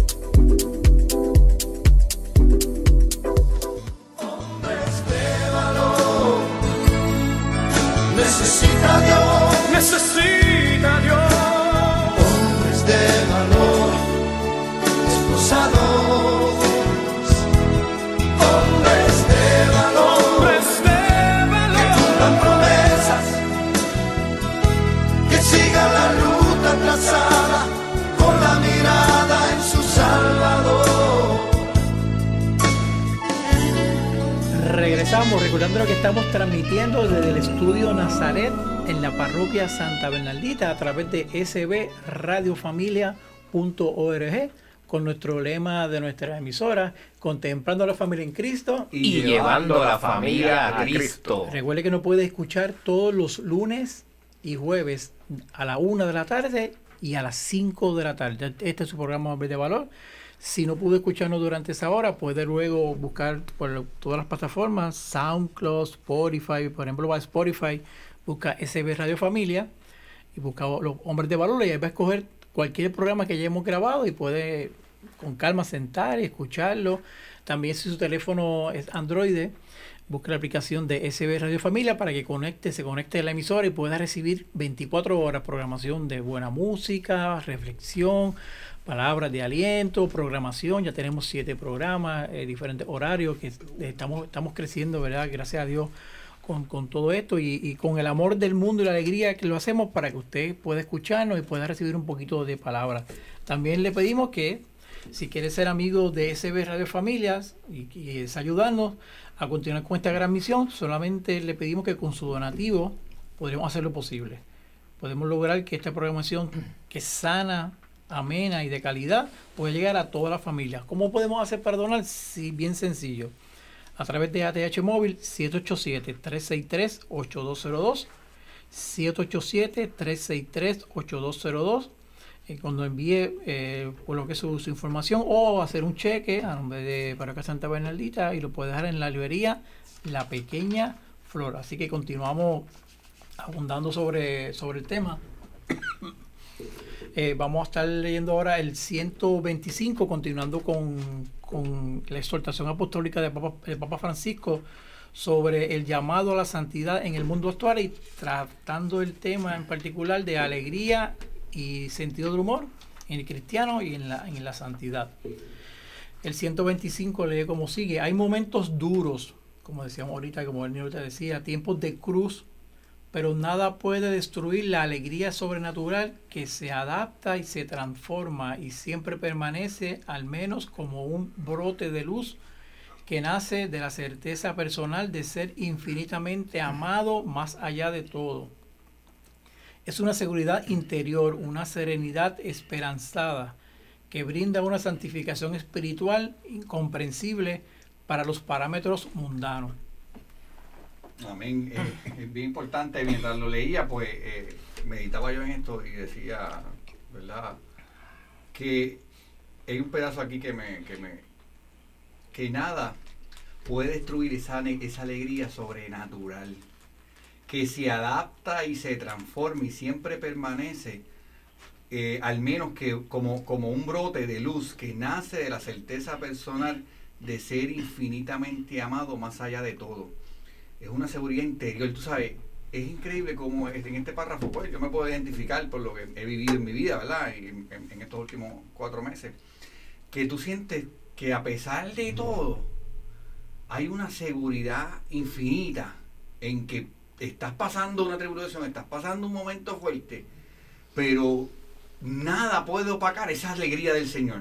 A: Necesita Dios,
B: necesita Dios.
A: hombres de valor, esposados, hombres de valor,
B: Hombres de valor.
A: que cumplan promesas, que sigan la ruta trazada, con la mirada en su Salvador.
C: Regresamos recordando lo que estamos transmitiendo desde el estudio Nazaret en la parroquia Santa Bernardita a través de s b radio familia punto org con nuestro lema de nuestra emisora, contemplando a la familia en Cristo
F: Y llevando a la familia a Cristo.
C: Recuerde que nos puede escuchar todos los lunes y jueves a la una de la tarde y a las cinco de la tarde. Este es su programa Hombres de Valor. Si no pudo escucharnos durante esa hora, puede luego buscar por todas las plataformas, SoundCloud, Spotify. Por ejemplo, va a Spotify, busca S B Radio Familia y busca los Hombres de Valor y ahí va a escoger cualquier programa que hayamos grabado y puede con calma sentar y escucharlo. También si su teléfono es Android, busque la aplicación de S B Radio Familia para que conecte, se conecte a la emisora y pueda recibir veinticuatro horas programación de buena música, reflexión, palabras de aliento, programación. Ya tenemos siete programas, eh, diferentes horarios que estamos, estamos creciendo, ¿verdad? Gracias a Dios con, con todo esto y, y con el amor del mundo y la alegría que lo hacemos para que usted pueda escucharnos y pueda recibir un poquito de palabras. También le pedimos que si quiere ser amigo de S B Radio Familias y, y es ayudarnos a continuar con esta gran misión, solamente le pedimos que con su donativo podremos hacer lo posible. Podemos lograr que esta programación que es sana, amena y de calidad pueda llegar a toda la familia. ¿Cómo podemos hacer para donar? Sí, bien sencillo. A través de A T H Móvil siete ocho siete, tres seis tres, ocho dos cero dos, siete ocho siete, tres seis tres, ocho dos cero dos. Y cuando envíe eh, coloque su, su información o hacer un cheque a nombre de Parroquia Santa Bernardita y lo puede dejar en la librería La Pequeña Flor. Así que continuamos abundando sobre, sobre el tema. Eh, vamos a estar leyendo ahora el ciento veinticinco, continuando con, con la exhortación apostólica de Papa, de Papa Francisco sobre el llamado a la santidad en el mundo actual y tratando el tema en particular de alegría y sentido de humor en el cristiano y en la, en la santidad. El ciento veinticinco lee como sigue: hay momentos duros, como decíamos ahorita, como el niño te decía, tiempos de cruz, pero nada puede destruir la alegría sobrenatural que se adapta y se transforma y siempre permanece al menos como un brote de luz que nace de la certeza personal de ser infinitamente amado más allá de todo. Es una seguridad interior, una serenidad esperanzada que brinda una santificación espiritual incomprensible para los parámetros mundanos.
E: Amén. Eh, es bien importante. Mientras lo leía, pues eh, meditaba yo en esto y decía, ¿verdad? Que hay un pedazo aquí que me, que me, que nada puede destruir esa, esa alegría sobrenatural, que se adapta y se transforma y siempre permanece, eh, al menos que como, como un brote de luz que nace de la certeza personal de ser infinitamente amado más allá de todo. Es una seguridad interior. Tú sabes, es increíble como en este párrafo, pues yo me puedo identificar por lo que he vivido en mi vida, ¿verdad? Y en, en, en estos últimos cuatro meses, que tú sientes que a pesar de todo hay una seguridad infinita en que estás pasando una tribulación, estás pasando un momento fuerte, pero nada puede opacar esa alegría del Señor.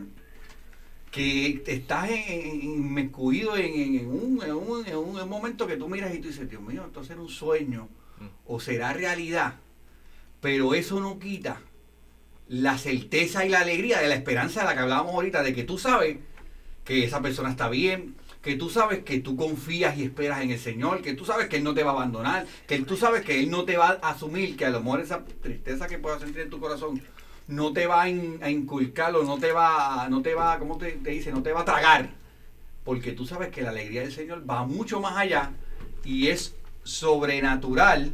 E: Que estás inmiscuido en, en, en, un, en, un, en un momento que tú miras y tú dices, Dios mío, esto será un sueño o será realidad, pero eso no quita la certeza y la alegría de la esperanza de la que hablábamos ahorita, de que tú sabes que esa persona está bien, que tú sabes que tú confías y esperas en el Señor, que tú sabes que Él no te va a abandonar, que tú sabes que Él no te va a asumir, que a lo mejor esa tristeza que puedas sentir en tu corazón no te va a, in, a inculcar o no te va, no te va, ¿cómo te, te dice? No te va a tragar, porque tú sabes que la alegría del Señor va mucho más allá y es sobrenatural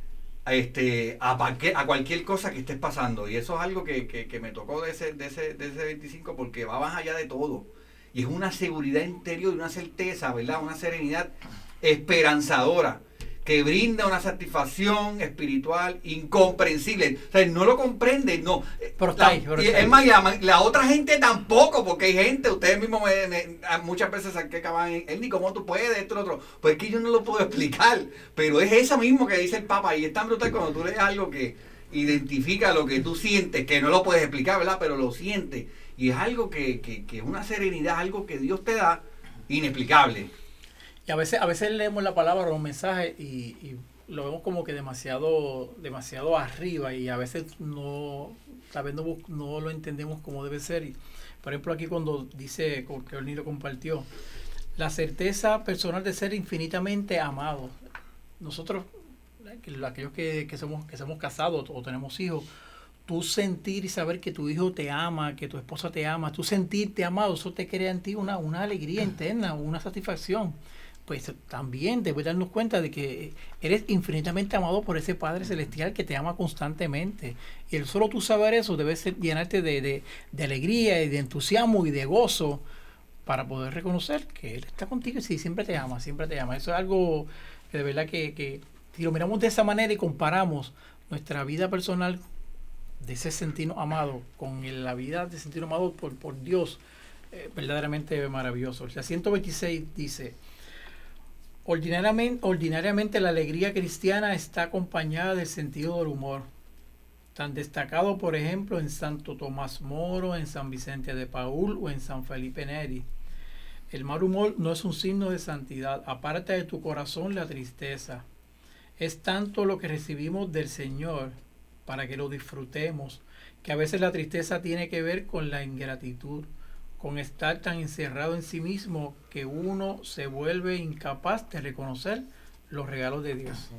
E: este, a, a cualquier cosa que estés pasando. Y eso es algo que, que, que me tocó de ese, de, ese, de ese veinticinco, porque va más allá de todo. Y es una seguridad interior y una certeza, ¿verdad? Una serenidad esperanzadora que brinda una satisfacción espiritual incomprensible. O sea, no lo comprende, no.
C: Pero está ahí, pero
E: y,
C: está ahí.
E: es más, la, la otra gente tampoco, porque hay gente, ustedes mismos me, me, muchas veces que acaban en él, ni cómo tú puedes, esto, lo otro. Pues es que yo no lo puedo explicar, pero es eso mismo que dice el Papa, y es tan brutal cuando tú lees algo que identifica lo que tú sientes, que no lo puedes explicar, ¿verdad? Pero lo sientes. Y es algo que, que, que es una serenidad, algo que Dios te da, inexplicable.
C: Y a veces, a veces leemos la palabra o un mensaje y, y lo vemos como que demasiado, demasiado arriba, y a veces no, tal vez no, no lo entendemos como debe ser. Y, por ejemplo, aquí cuando dice, como que Orly lo compartió, la certeza personal de ser infinitamente amado. Nosotros, aquellos que, que somos, que somos casados o tenemos hijos, tú sentir y saber que tu hijo te ama, que tu esposa te ama, tú sentirte amado, eso te crea en ti una, una alegría interna, una satisfacción. Pues también debes darnos cuenta de que eres infinitamente amado por ese Padre Celestial que te ama constantemente. Y el solo tú saber eso debe ser, llenarte de, de, de alegría y de entusiasmo y de gozo para poder reconocer que Él está contigo y sí, siempre te ama, siempre te ama. Eso es algo que de verdad que, que si lo miramos de esa manera y comparamos nuestra vida personal de ese sentirnos amado con el, la vida de sentirnos amado por, por Dios, eh, verdaderamente maravilloso. El ciento veintiséis dice: ordinariamente, ordinariamente la alegría cristiana está acompañada del sentido del humor, tan destacado por ejemplo en Santo Tomás Moro, en San Vicente de Paúl o en San Felipe Neri. El mal humor no es un signo de santidad, aparta de tu corazón la tristeza. Es tanto lo que recibimos del Señor para que lo disfrutemos, que a veces la tristeza tiene que ver con la ingratitud, con estar tan encerrado en sí mismo que uno se vuelve incapaz de reconocer los regalos de Dios.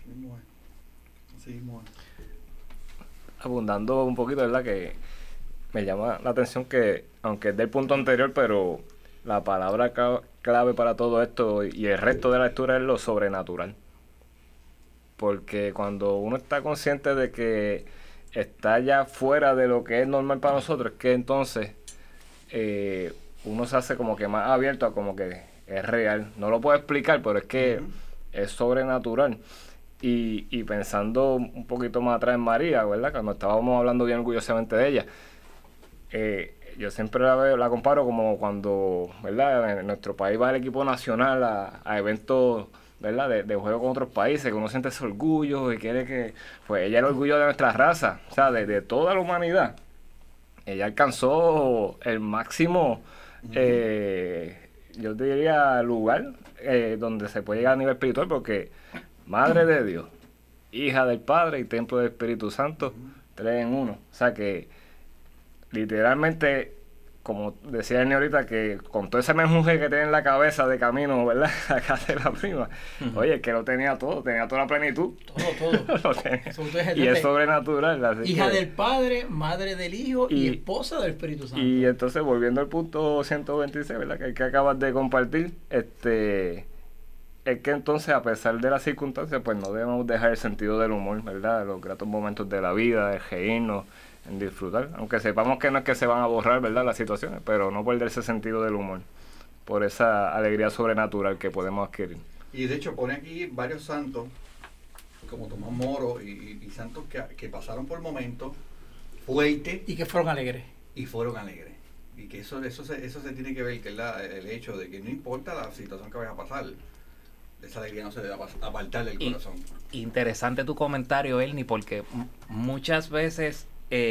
J: Abundando un poquito, ¿verdad? Que me llama la atención que, aunque es del punto anterior, pero la palabra clave para todo esto y el resto de la lectura es lo sobrenatural. Porque cuando uno está consciente de que está ya fuera de lo que es normal para nosotros, es que entonces eh, uno se hace como que más abierto a como que es real. No lo puedo explicar, pero es que uh-huh. es sobrenatural. Y, y pensando un poquito más atrás en María, ¿verdad? Cuando estábamos hablando bien orgullosamente de ella, eh, yo siempre la, veo, la comparo como cuando, ¿verdad? En nuestro país va el equipo nacional a, a eventos, ¿verdad? De, de juego con otros países, que uno siente ese orgullo y quiere que... Pues ella es el orgullo de nuestra raza, o sea, de, de toda la humanidad. Ella alcanzó el máximo, uh-huh. eh, yo diría, lugar eh, donde se puede llegar a nivel espiritual, porque Madre de Dios, hija del Padre y templo del Espíritu Santo, uh-huh. tres en uno. O sea que, literalmente, como decía el niño ahorita, que con todo ese menjunje que tiene en la cabeza de camino, ¿verdad? Acá de la prima. Uh-huh. Oye, que lo tenía todo, tenía toda la plenitud.
C: Todo, todo.
J: Tenía, y es sobrenatural. Así
C: hija
J: que,
C: del Padre, madre del Hijo y, y esposa del Espíritu Santo.
J: Y entonces, volviendo al punto ciento veintiséis, ¿verdad? Que, que acabas de compartir, este... es que entonces, a pesar de las circunstancias, pues no debemos dejar el sentido del humor, ¿verdad? Los gratos momentos de la vida, de reírnos, en disfrutar, aunque sepamos que no es que se van a borrar, ¿verdad?, las situaciones, pero no perder ese sentido del humor por esa alegría sobrenatural que podemos adquirir.
E: Y de hecho pone aquí varios santos, como Tomás Moro y, y santos que, que pasaron por momentos fuertes
C: y que fueron alegres.
E: Y fueron alegres. Y que eso, eso, se, eso se tiene que ver, que es la, el hecho de que no importa la situación que vaya a pasar, esa alegría no se debe apartar del corazón.
F: Y, interesante tu comentario, Ernie, porque m- muchas veces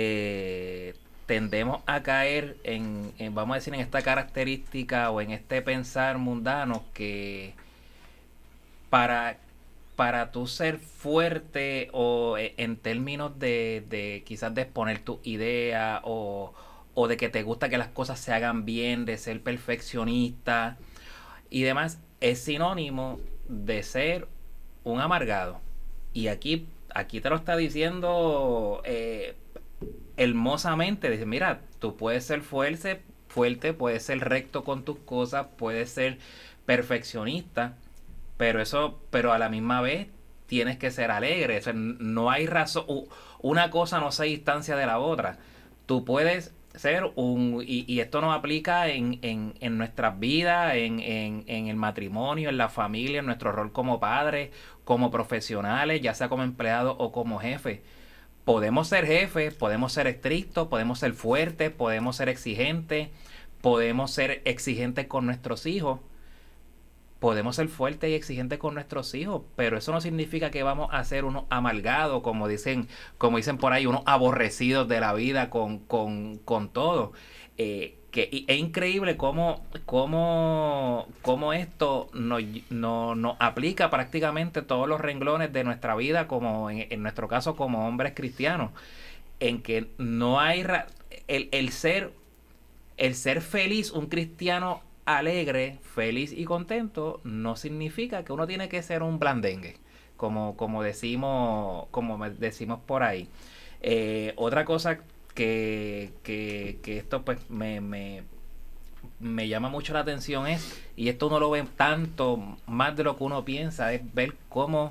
F: eh, tendemos a caer en, en, vamos a decir, en esta característica o en este pensar mundano que para para tú ser fuerte o eh, en términos de, de quizás de exponer tu idea o, o de que te gusta que las cosas se hagan bien, de ser perfeccionista y demás, es sinónimo de ser un amargado. Y aquí, aquí te lo está diciendo eh, hermosamente. Dice, mira, tú puedes ser fuerte, fuerte, puedes ser recto con tus cosas, puedes ser perfeccionista, pero eso, pero a la misma vez tienes que ser alegre. O sea, no hay razón, una cosa no se distancia de la otra. Tú puedes ser un, y, y esto nos aplica en, en, en nuestras vidas, en, en, en el matrimonio, en la familia, en nuestro rol como padres, como profesionales, ya sea como empleados o como jefes. Podemos ser jefes, podemos ser estrictos, podemos ser fuertes, podemos ser exigentes, podemos ser exigentes con nuestros hijos, podemos ser fuertes y exigentes con nuestros hijos, pero eso no significa que vamos a ser unos amargados, como dicen, como dicen por ahí, unos aborrecidos de la vida con, con, con todo. Eh, que y es increíble cómo, cómo, cómo esto nos, nos, nos aplica prácticamente todos los renglones de nuestra vida, como en, en nuestro caso como hombres cristianos, en que no hay ra el, el ser el ser feliz, un cristiano alegre, feliz y contento, no significa que uno tiene que ser un blandengue, como, como decimos, como decimos por ahí. Eh, otra cosa que, que, que esto pues me, me, me llama mucho la atención es, y esto uno lo ve tanto más de lo que uno piensa, es ver cómo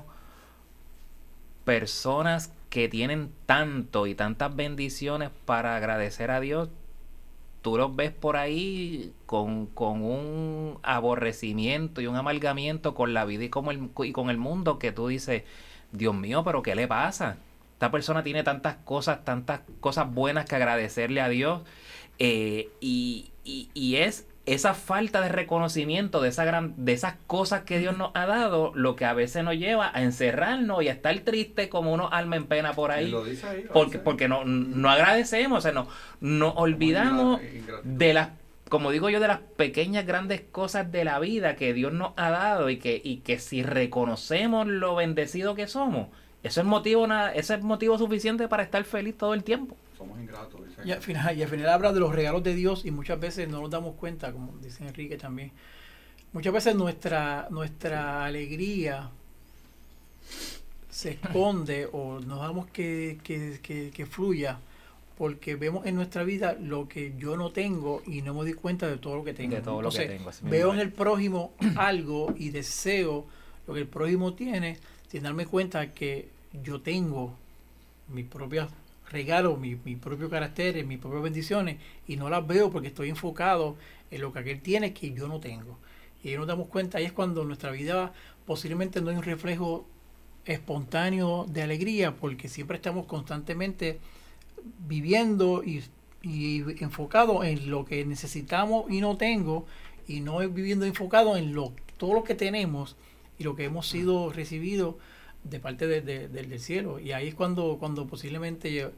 F: personas que tienen tanto y tantas bendiciones para agradecer a Dios, tú los ves por ahí con, con un aborrecimiento y un amargamiento con la vida y, como el, y con el mundo, que tú dices, Dios mío, pero ¿qué le pasa? Esta persona tiene tantas cosas, tantas cosas buenas que agradecerle a Dios, eh, y, y, y es esa falta de reconocimiento de, esa gran, de esas cosas que Dios nos ha dado, lo que a veces nos lleva a encerrarnos y a estar tristes como unos almas en pena por ahí, lo dice ahí lo porque, dice ahí. porque no, no agradecemos, o sea, no, nos olvidamos de las, como digo yo, de las pequeñas grandes cosas de la vida que Dios nos ha dado, y que, y que si reconocemos lo bendecidos que somos, eso es motivo, nada, eso es motivo suficiente para estar feliz todo el tiempo.
E: Somos ingratos.
C: Y al, final, y al final habla de los regalos de Dios, y muchas veces no nos damos cuenta, como dice Enrique también. Muchas veces nuestra, nuestra alegría se esconde o nos damos que, que, que, que fluya porque vemos en nuestra vida lo que yo no tengo y no me doy cuenta de todo lo que tengo.
F: De todo
C: Entonces,
F: lo que tengo.
C: veo en el prójimo algo y deseo lo que el prójimo tiene, sin darme cuenta que yo tengo mis propias regalos, mi, mi propio carácter, mis propias bendiciones, y no las veo porque estoy enfocado en lo que aquel tiene que yo no tengo. Y ahí nos damos cuenta, ahí es cuando nuestra vida posiblemente no hay un reflejo espontáneo de alegría, porque siempre estamos constantemente viviendo y, y enfocado en lo que necesitamos y no tengo, y no viviendo enfocado en lo, todo lo que tenemos y lo que hemos sido recibidos de parte de, de, de, del cielo. Y ahí es cuando, cuando posiblemente yo,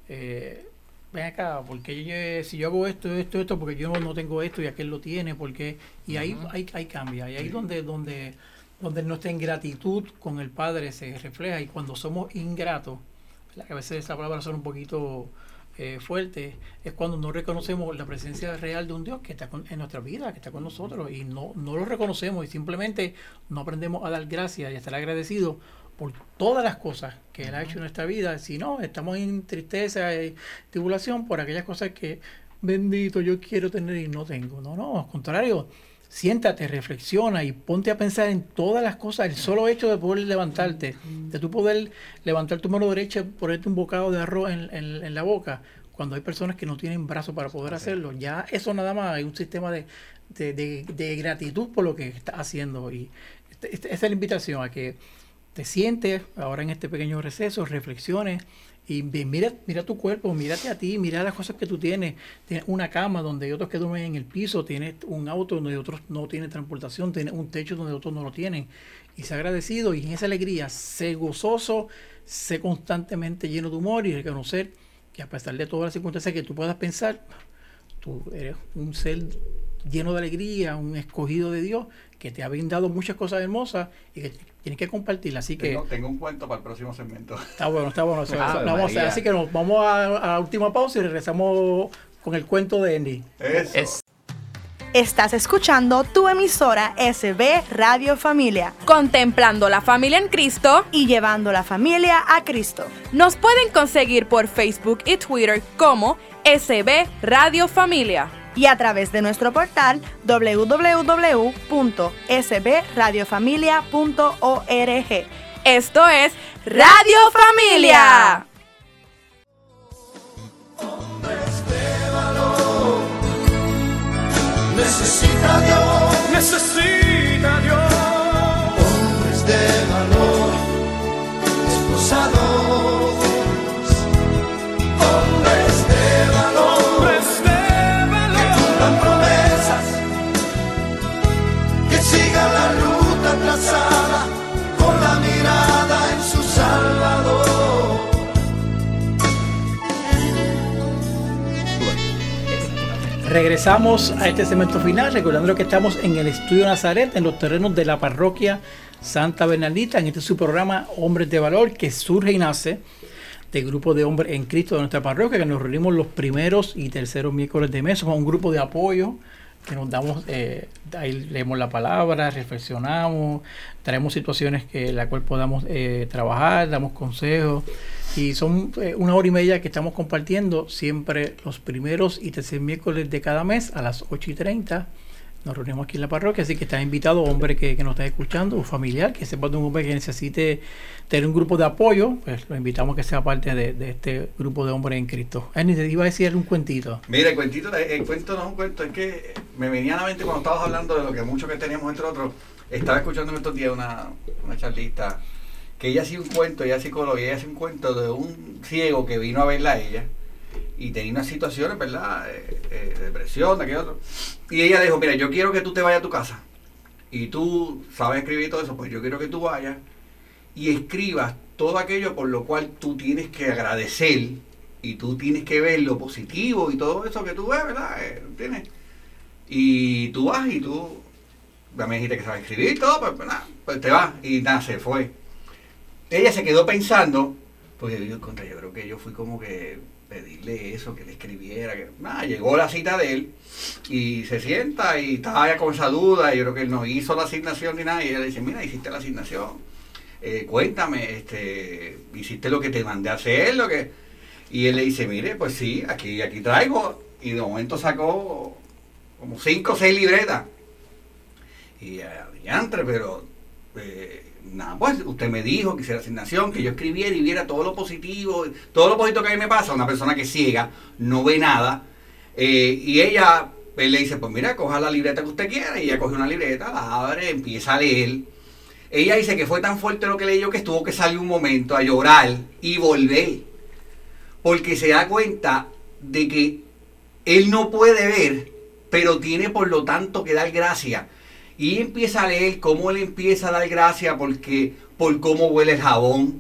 C: eh, ven acá, porque yo, si yo hago esto, esto, esto, porque yo no, no tengo esto y aquel lo tiene, porque y ahí uh-huh. hay, hay cambia, y ahí sí. donde, donde, donde nuestra ingratitud con el Padre se refleja. Y cuando somos ingratos, ¿verdad? Que a veces esa palabra son un poquito eh, fuerte, es cuando no reconocemos la presencia real de un Dios que está con, en nuestra vida, que está con nosotros, y no, no lo reconocemos, y simplemente no aprendemos a dar gracias y a estar agradecidos por todas las cosas que Él ha hecho en nuestra vida. Si no, estamos en tristeza y tribulación por aquellas cosas que, bendito, yo quiero tener y no tengo. No, no, al contrario, siéntate, reflexiona y ponte a pensar en todas las cosas. El solo hecho de poder levantarte, de tú poder levantar tu mano derecha y ponerte un bocado de arroz en, en, en la boca, cuando hay personas que no tienen brazos para poder hacerlo, ya eso nada más hay un sistema de, de, de, de gratitud por lo que estás haciendo. Y este, este, esta es la invitación a que te sientes ahora en este pequeño receso, reflexiones y mira, mira tu cuerpo, mírate a ti, mira las cosas que tú tienes. Tienes una cama donde hay otros que duermen en el piso, tienes un auto donde otros no tienen transportación, tienes un techo donde otros no lo tienen. Y sé agradecido, y en esa alegría, sé gozoso, sé constantemente lleno de humor, y reconocer que a pesar de todas las circunstancias que tú puedas pensar, tú eres un ser lleno de alegría, un escogido de Dios, que te ha brindado muchas cosas hermosas y que tienes que compartirla. Así que
E: tengo, tengo un cuento para el próximo segmento.
C: Está bueno, está bueno. Eso,
F: Ah,
C: eso, vamos a hacer. Así que nos vamos a, a la última pausa y regresamos con el cuento de Andy.
E: Eso.
F: Es-
H: Estás escuchando tu emisora S B Radio Familia
I: Contemplando la familia en Cristo.
H: y llevando la familia a Cristo.
I: Nos pueden conseguir por Facebook y Twitter como S B Radio Familia.
H: Y a través de nuestro portal doble u doble u doble u punto s b radio familia punto org.
I: Esto es Radio Familia.
A: Necesita Dios,
B: Necesita Dios.
A: hombres de valor, esposados, hombres de valor,
B: Hombres de valor.
A: cumplan promesas, que sigan la ruta trazada con la mirada en su Salvador.
C: Regresamos a este segmento final, recordando que estamos en el Estudio Nazaret, en los terrenos de la parroquia Santa Bernardita, en este su programa Hombres de Valor, que surge y nace del grupo de hombres en Cristo de nuestra parroquia, que nos reunimos los primeros y terceros miércoles de mes. Somos un grupo de apoyo que nos damos, eh, ahí leemos la palabra, reflexionamos, traemos situaciones que la cual podamos eh, trabajar, damos consejos. Y son eh, una hora y media que estamos compartiendo siempre los primeros y tercer miércoles de cada mes a las ocho y treinta. Nos reunimos aquí en la parroquia, así que está invitado, hombre que, que nos está escuchando, o familiar, que sepa de un hombre que necesite tener un grupo de apoyo, pues lo invitamos a que sea parte de, de este grupo de hombres en Cristo. Ernie, te iba a decir un cuentito.
E: Mira, el cuentito, el cuento no es un cuento, es que me venía a la mente cuando estabas hablando de lo que mucho que teníamos entre otros. Estaba escuchando en estos días una, una charlista que ella hacía un cuento, ella es psicóloga, y ella hace un cuento de un ciego que vino a verla a ella y tenía unas situaciones, ¿verdad? Eh, eh, de depresión, de aquello otro. Y ella le dijo, mira, yo quiero que tú te vayas a tu casa y tú sabes escribir todo eso, pues yo quiero que tú vayas y escribas todo aquello por lo cual tú tienes que agradecer y tú tienes que ver lo positivo y todo eso que tú ves, ¿verdad? Eh, ¿Tienes? Y tú vas y tú, ya me dijiste que sabes escribir y todo, pues, pues nada, pues te vas y nada, se fue. Ella se quedó pensando, porque yo, contra, yo creo que yo fui como que pedirle eso, que le escribiera, que nada, llegó la cita de él y se sienta y estaba ya con esa duda, y yo creo que él no hizo la asignación ni nada, y ella le dice, mira, hiciste la asignación, eh, cuéntame, este, hiciste lo que te mandé a hacer, lo que... Y él le dice, mire, pues sí, aquí, aquí traigo, y de momento sacó como cinco o seis libretas, y adiantre, pero... Eh, nada, pues usted me dijo que hiciera asignación, que yo escribiera y viera todo lo positivo, todo lo positivo que a mí me pasa. Una persona que es ciega, no ve nada, eh, y ella, él le dice, pues mira, coja la libreta que usted quiera, y ella coge una libreta, la abre, empieza a leer. Ella dice que fue tan fuerte lo que leyó que tuvo que salir un momento a llorar y volver, porque se da cuenta de que él no puede ver, pero tiene por lo tanto que dar gracias. Y empieza a leer cómo él empieza a dar gracias porque por cómo huele el jabón.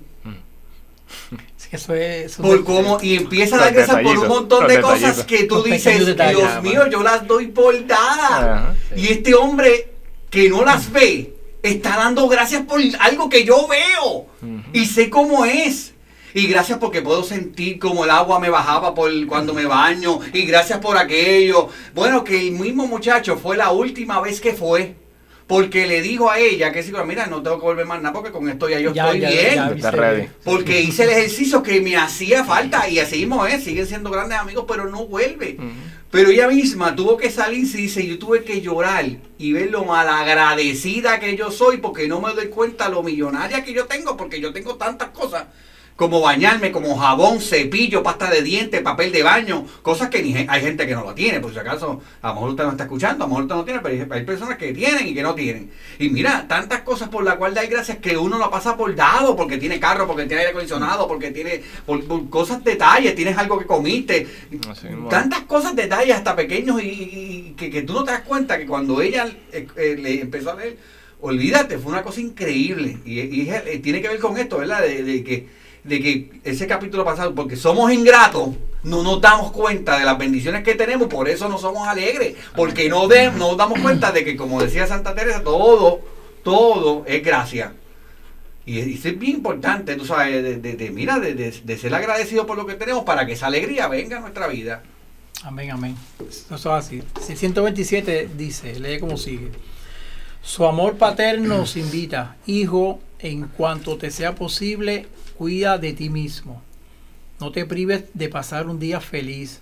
C: Es que eso es, eso
E: por
C: es-
E: cómo, y empieza a dar
J: Los
E: gracias por un
J: detallitos,
E: montón
J: los
E: de
J: detallitos.
E: cosas que tú
C: Los
E: dices,
C: pequeños detalles,
E: Dios
C: ajá,
E: mío,
C: mano.
E: yo las doy por dadas.
J: Ajá,
E: Y este hombre que no las ve, está dando gracias por algo que yo veo. Y sé cómo es. Y gracias porque puedo sentir como el agua me bajaba por cuando me baño. Y gracias por aquello. Bueno, que el mismo muchacho fue la última vez que fue. Porque le dijo a ella que sí, mira, no tengo que volver más nada porque con esto ya yo
C: Ya,
E: estoy
C: ya,
E: bien.
C: ya,
J: Está
C: viste,
J: ready.
E: Porque hice el ejercicio que me hacía falta. Y así mismo es, siguen siendo grandes amigos, pero no vuelve. Pero ella misma tuvo que salir y dice, yo tuve que llorar y ver lo malagradecida que yo soy porque no me doy cuenta lo millonaria que yo tengo, porque yo tengo tantas cosas como bañarme, como jabón, cepillo, pasta de dientes, papel de baño, cosas que ni gen- hay gente que no lo tiene, por si acaso, a lo mejor usted no está escuchando, a lo mejor usted no tiene, pero hay, hay personas que tienen y que no tienen. Y mira, tantas cosas por las cuales hay gracias que uno lo pasa por dado, porque tiene carro, porque tiene aire acondicionado, porque tiene, por, por cosas, detalles, tienes algo que comiste,
J: Así mismo.
E: tantas cosas, detalles, hasta pequeños, y, y- y que, que tú no te das cuenta que cuando ella eh, eh, le empezó a leer, olvídate, fue una cosa increíble, y, y es- eh, tiene que ver con esto, ¿verdad? De, de que de que ese capítulo pasado, porque somos ingratos, no nos damos cuenta de las bendiciones que tenemos, por eso no somos alegres, porque no, de, no nos damos cuenta de que, como decía Santa Teresa, todo, todo es gracia. Y eso es bien importante, tú sabes, de, de, de mira, de, de, de ser agradecido por lo que tenemos para que esa alegría venga a nuestra vida.
C: Amén, amén. Eso es así. El ciento veintisiete dice, lee como sigue. Su amor paterno nos invita, hijo, en cuanto te sea posible, cuida de ti mismo. No te prives de pasar un día feliz.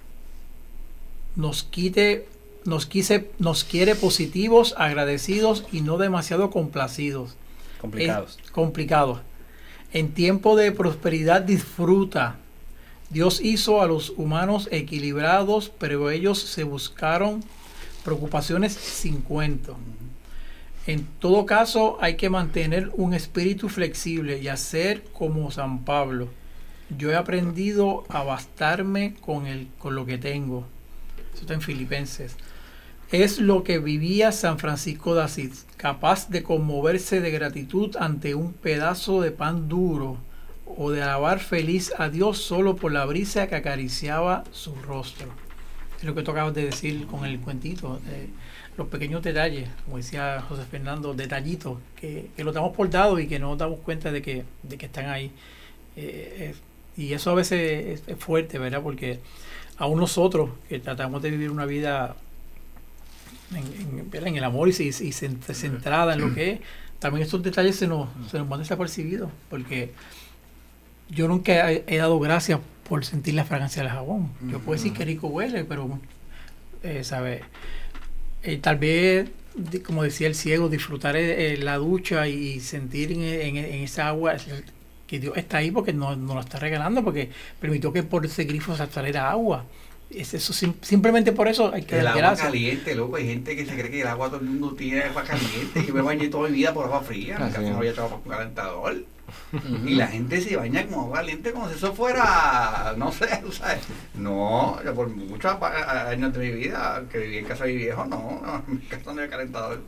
C: Nos quite, nos quise, nos quiere positivos, agradecidos y no demasiado complacidos.
F: Complicados.
C: Es complicados. En tiempo de prosperidad disfruta. Dios hizo a los humanos equilibrados, pero ellos se buscaron preocupaciones sin cuento. En todo caso, hay que mantener un espíritu flexible y hacer como San Pablo. Yo he aprendido a bastarme con, el, con lo que tengo. Eso está en Filipenses. Es lo que vivía San Francisco de Asís, capaz de conmoverse de gratitud ante un pedazo de pan duro o de alabar feliz a Dios solo por la brisa que acariciaba su rostro. Es lo que tú acabas de decir con el cuentito. Eh, los pequeños detalles, como decía José Fernando, detallitos que, que los damos por dado y que no nos damos cuenta de que, de que están ahí. Eh, eh, y eso a veces es, es fuerte, ¿verdad? Porque aún nosotros que tratamos de vivir una vida en, en, en el amor y, y, y centrada en lo que es, también estos detalles se nos, se nos van desapercibidos, porque yo nunca he, he dado gracias por sentir la fragancia del jabón. Yo puedo decir que rico huele, pero eh, ¿sabes? Eh, tal vez, como decía el ciego, disfrutar eh, la ducha y sentir en, en, en esa agua que Dios está ahí porque nos no lo está regalando, porque permitió que por ese grifo se saliera agua. Es eso, sim, simplemente por eso hay que
E: el
C: dar
E: agua
C: gracias.
E: caliente, loco, hay gente que se cree que el agua todo el mundo tiene agua caliente. Yo me bañé toda mi vida por agua fría, en mi casa no había trabajado con calentador. Uh-huh. Y la gente se baña con agua caliente como si eso fuera, no sé, tú sabes. No, yo por muchos años de mi vida que viví en casa de mi viejo, no, no, en mi casa no había calentador.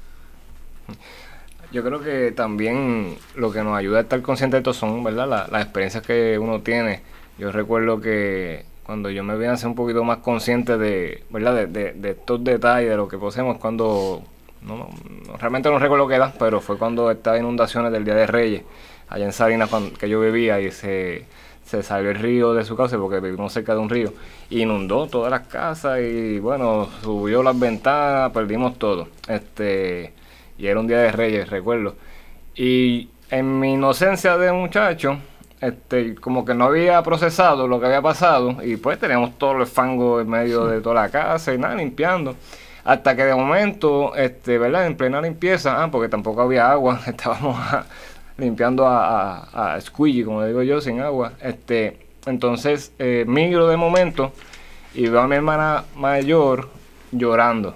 J: Yo creo que también lo que nos ayuda a estar conscientes de esto son, ¿verdad?, las, las experiencias que uno tiene. Yo recuerdo que cuando yo me vine a ser un poquito más consciente de, ¿verdad?, de, de, de estos detalles, de lo que poseemos, cuando, no, no, realmente no recuerdo qué edad, pero fue cuando estaba inundaciones del Día de Reyes, allá en Salinas, cuando, que yo vivía, y se, se salió el río de su cauce, porque vivimos cerca de un río, inundó todas las casas y, bueno, subió las ventanas, perdimos todo. Este... Y era un Día de Reyes, recuerdo. Y en mi inocencia de muchacho, este, como que no había procesado lo que había pasado. Y pues teníamos todo el fango en medio de toda la casa y nada, limpiando. Hasta que de momento, este, ¿verdad?, en plena limpieza, ah, porque tampoco había agua, estábamos a, limpiando a, a, a squeegee, como digo yo, sin agua. Este, entonces, eh, migro de momento y veo a mi hermana mayor llorando.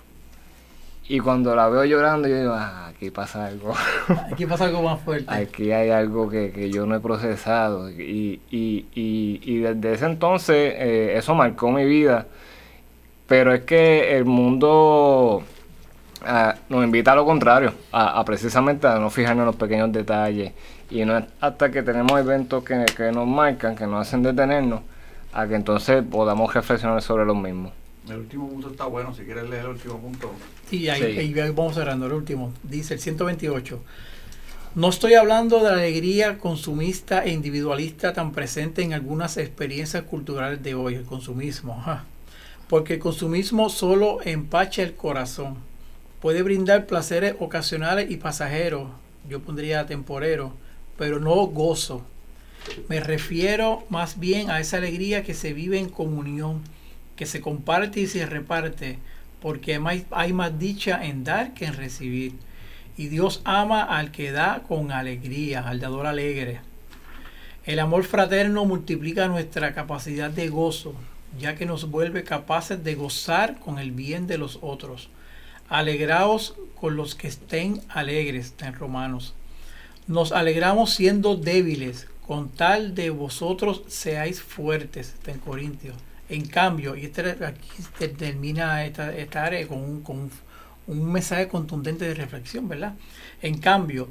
J: Y cuando la veo llorando, yo digo, ah, aquí pasa algo.
C: Aquí pasa algo más fuerte.
J: Aquí hay algo que, que yo no he procesado. Y, y, y, y desde ese entonces, eh, eso marcó mi vida. Pero es que el mundo uh, nos invita a lo contrario, a, a precisamente a no fijarnos en los pequeños detalles. Y no es hasta que tenemos eventos que, que nos marcan, que nos hacen detenernos, a que entonces podamos reflexionar sobre los mismos.
E: El último punto está bueno, si quieres leer el último punto.
C: Sí, ahí, sí. ahí vamos cerrando el último. Dice el ciento veintiocho. No estoy hablando de la alegría consumista e individualista tan presente en algunas experiencias culturales de hoy, el consumismo. Ajá. Porque el consumismo solo empacha el corazón. Puede brindar placeres ocasionales y pasajeros, yo pondría temporeros, pero no gozo. Me refiero más bien a esa alegría que se vive en comunión, que se comparte y se reparte, porque hay más dicha en dar que en recibir. Y Dios ama al que da con alegría, al dador alegre. El amor fraterno multiplica nuestra capacidad de gozo, ya que nos vuelve capaces de gozar con el bien de los otros. Alegraos con los que estén alegres, está en Romanos. Nos alegramos siendo débiles, con tal de vosotros seáis fuertes, está en Corintios. En cambio, y este, aquí termina esta, esta área con, un, con un, un mensaje contundente de reflexión, ¿verdad? En cambio,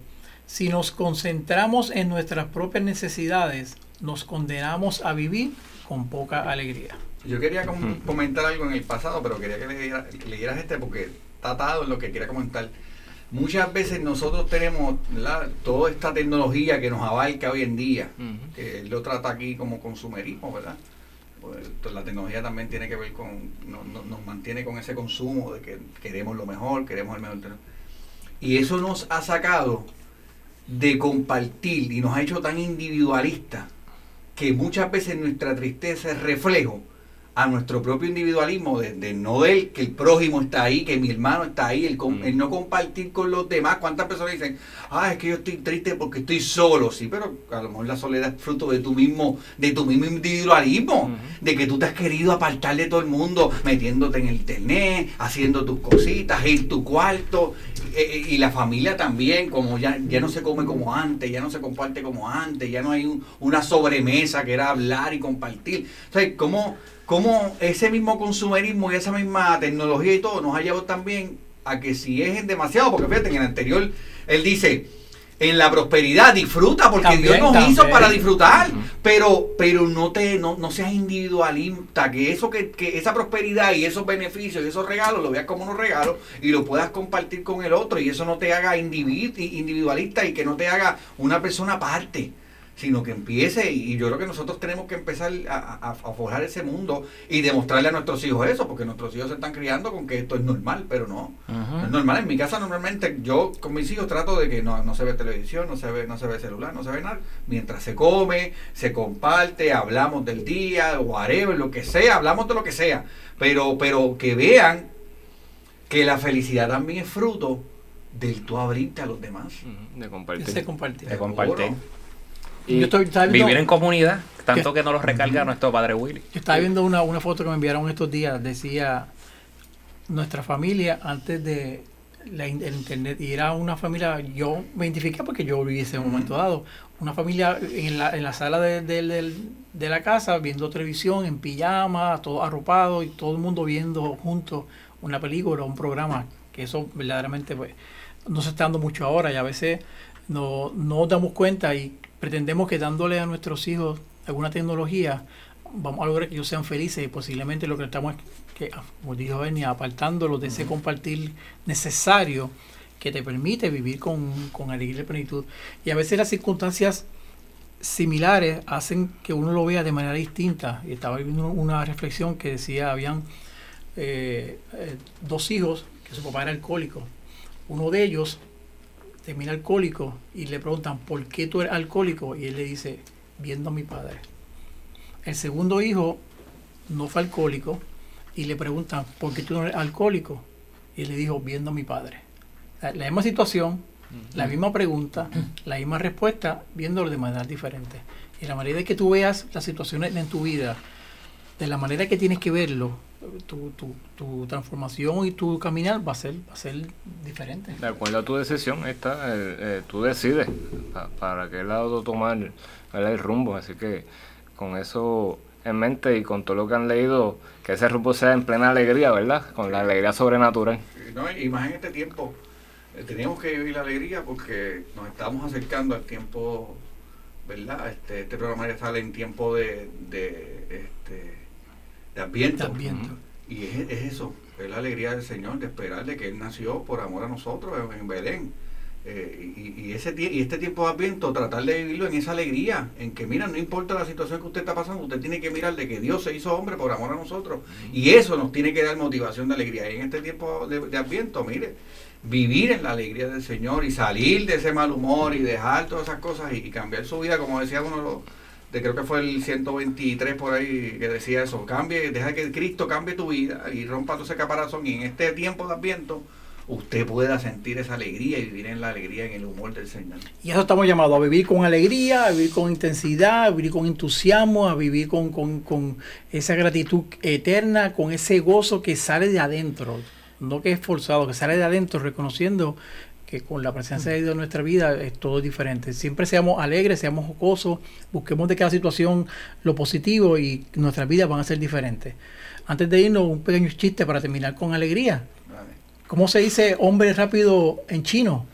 C: Si nos concentramos en nuestras propias necesidades, nos condenamos a vivir con poca alegría.
E: Yo quería com- comentar algo en el pasado, pero quería que leyera- leyeras este porque está atado en lo que quería comentar. Muchas veces nosotros tenemos, ¿verdad?, toda esta tecnología que nos abarca hoy en día, uh-huh. que él lo trata aquí como consumerismo, ¿verdad? Pues la tecnología también tiene que ver con, no, no, nos mantiene con ese consumo de que queremos lo mejor, queremos el mejor. Y eso nos ha sacado de compartir y nos ha hecho tan individualistas que muchas veces nuestra tristeza es reflejo a nuestro propio individualismo, de, de no ver que el prójimo está ahí, que mi hermano está ahí, el, mm. el no compartir con los demás. ¿Cuántas personas dicen, ah, es que yo estoy triste porque estoy solo? Sí, pero a lo mejor la soledad es fruto de tu mismo, de tu mismo individualismo, mm. de que tú te has querido apartar de todo el mundo, metiéndote en el internet, haciendo tus cositas, en tu cuarto, eh, y la familia también, como ya, ya no se come como antes, ya no se comparte como antes, ya no hay un, una sobremesa que era hablar y compartir. O sea, ¿cómo...? Como ese mismo consumerismo y esa misma tecnología y todo nos ha llevado también a que si es demasiado, porque fíjate, en el anterior él dice, en la prosperidad disfruta, porque también, Dios nos también. hizo para disfrutar, uh-huh. pero pero no te no, no seas individualista, que eso que, que esa prosperidad y esos beneficios y esos regalos lo veas como unos regalos y lo puedas compartir con el otro, y eso no te haga individu- individualista y que no te haga una persona aparte, sino que empiece, y yo creo que nosotros tenemos que empezar a, a, a forjar ese mundo y demostrarle a nuestros hijos eso, porque nuestros hijos se están criando con que esto es normal, pero no, uh-huh. no es normal. En mi casa normalmente yo con mis hijos trato de que no, no se ve televisión, no se ve, no se ve celular, no se ve nada, mientras se come, se comparte, hablamos del día, whatever, lo que sea, hablamos de lo que sea, pero, pero que vean que la felicidad también es fruto del tú abrirte a los demás.
J: Uh-huh. De compartir.
C: De compartir.
F: De compartir.
J: Y
C: yo estoy, viendo,
F: vivir en comunidad, tanto que, que nos lo recarga uh-huh. nuestro padre Willy.
C: Yo estaba viendo una, una foto que me enviaron estos días, decía nuestra familia antes de la, el internet, y era una familia, yo me identifiqué porque yo viví ese uh-huh. momento dado, una familia en la, en la sala de, de, de, de la casa viendo televisión, en pijama, todo arropado y todo el mundo viendo juntos una película o un programa, que eso verdaderamente pues, no se está dando mucho ahora, y a veces no, no nos damos cuenta y pretendemos que dándole a nuestros hijos alguna tecnología vamos a lograr que ellos sean felices, y posiblemente lo que estamos es que, como dijo Bernie, apartándolos de ese uh-huh. compartir necesario que te permite vivir con, con alegría y plenitud. Y a veces las circunstancias similares hacen que uno lo vea de manera distinta. Y estaba viendo una reflexión que decía, habían eh, eh, dos hijos que su papá era alcohólico. Uno de ellos termina alcohólico y le preguntan, ¿por qué tú eres alcohólico? Y él le dice, viendo a mi padre. El segundo hijo no fue alcohólico y le preguntan, ¿por qué tú no eres alcohólico? Y él le dijo, viendo a mi padre. La, la misma situación, uh-huh. la misma pregunta, la misma respuesta, viéndolo de manera diferente. Y la manera de que tú veas las situaciones en tu vida, de la manera que tienes que verlo, tu, tu, tu transformación y tu caminar va a ser va a ser diferente.
J: De acuerdo a tu decisión, está, eh, eh, tú decides pa, para qué lado tomar el, el rumbo, así que con eso en mente y con todo lo que han leído, que ese rumbo sea en plena alegría, ¿verdad? Con la alegría sobrenatural.
E: No, y más en este tiempo, eh, teníamos que vivir la alegría porque nos estamos acercando al tiempo, ¿verdad? Este, este programa ya sale en tiempo de, de este de Adviento.
C: De Adviento.
E: Y es, es eso, es la alegría del Señor, de esperar de que Él nació por amor a nosotros en, en Belén. Eh, y, y, ese y este tiempo de Adviento, tratar de vivirlo en esa alegría, en que, mira, no importa la situación que usted está pasando, usted tiene que mirar de que Dios se hizo hombre por amor a nosotros. Y eso nos tiene que dar motivación de alegría. Y en este tiempo de, de Adviento, mire, vivir en la alegría del Señor y salir de ese mal humor y dejar todas esas cosas y, y cambiar su vida, como decía uno de los... De, creo que fue el ciento veintitrés por ahí que decía eso, cambie, deja que Cristo cambie tu vida y rompa todo ese caparazón, y en este tiempo de Adviento usted pueda sentir esa alegría y vivir en la alegría, en el humor del Señor.
C: Y eso estamos llamados, a vivir con alegría, a vivir con intensidad, a vivir con entusiasmo, a vivir con, con, con esa gratitud eterna, con ese gozo que sale de adentro, no que es forzado, que sale de adentro, reconociendo que con la presencia de Dios en nuestra vida es todo diferente. Siempre seamos alegres, seamos jocosos, busquemos de cada situación lo positivo y nuestras vidas van a ser diferentes. Antes de irnos, un pequeño chiste para terminar con alegría. ¿Cómo se dice hombre rápido en chino?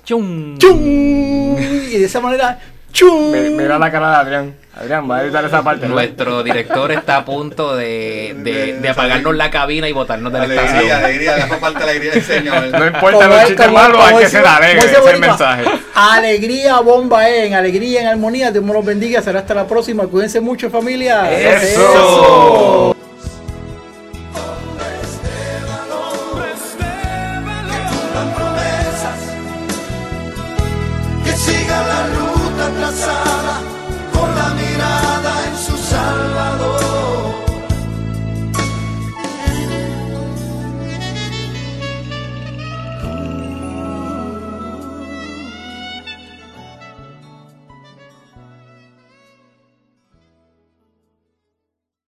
F: ¡Chum!
C: ¡Chum! Y de esa manera, ¡chum!
J: Mira la cara de Adrián. Adrián, va a editar esa parte.
F: Nuestro director está a punto de, de, de apagarnos la cabina y botarnos de la
E: Alegría,
F: estación.
E: alegría, deja parte alegría del Señor.
J: No importa
C: Como
J: los
C: es,
J: chistes
C: como-
J: malos,
C: como
J: hay que
C: dice-
J: ser alegre.
C: como
J: Ese
C: dice
J: es el
C: Boricua,
J: mensaje.
C: Alegría, bomba en, alegría en armonía. Dios me los bendiga. Será hasta la próxima. Cuídense mucho, familia.
J: ¡Eso!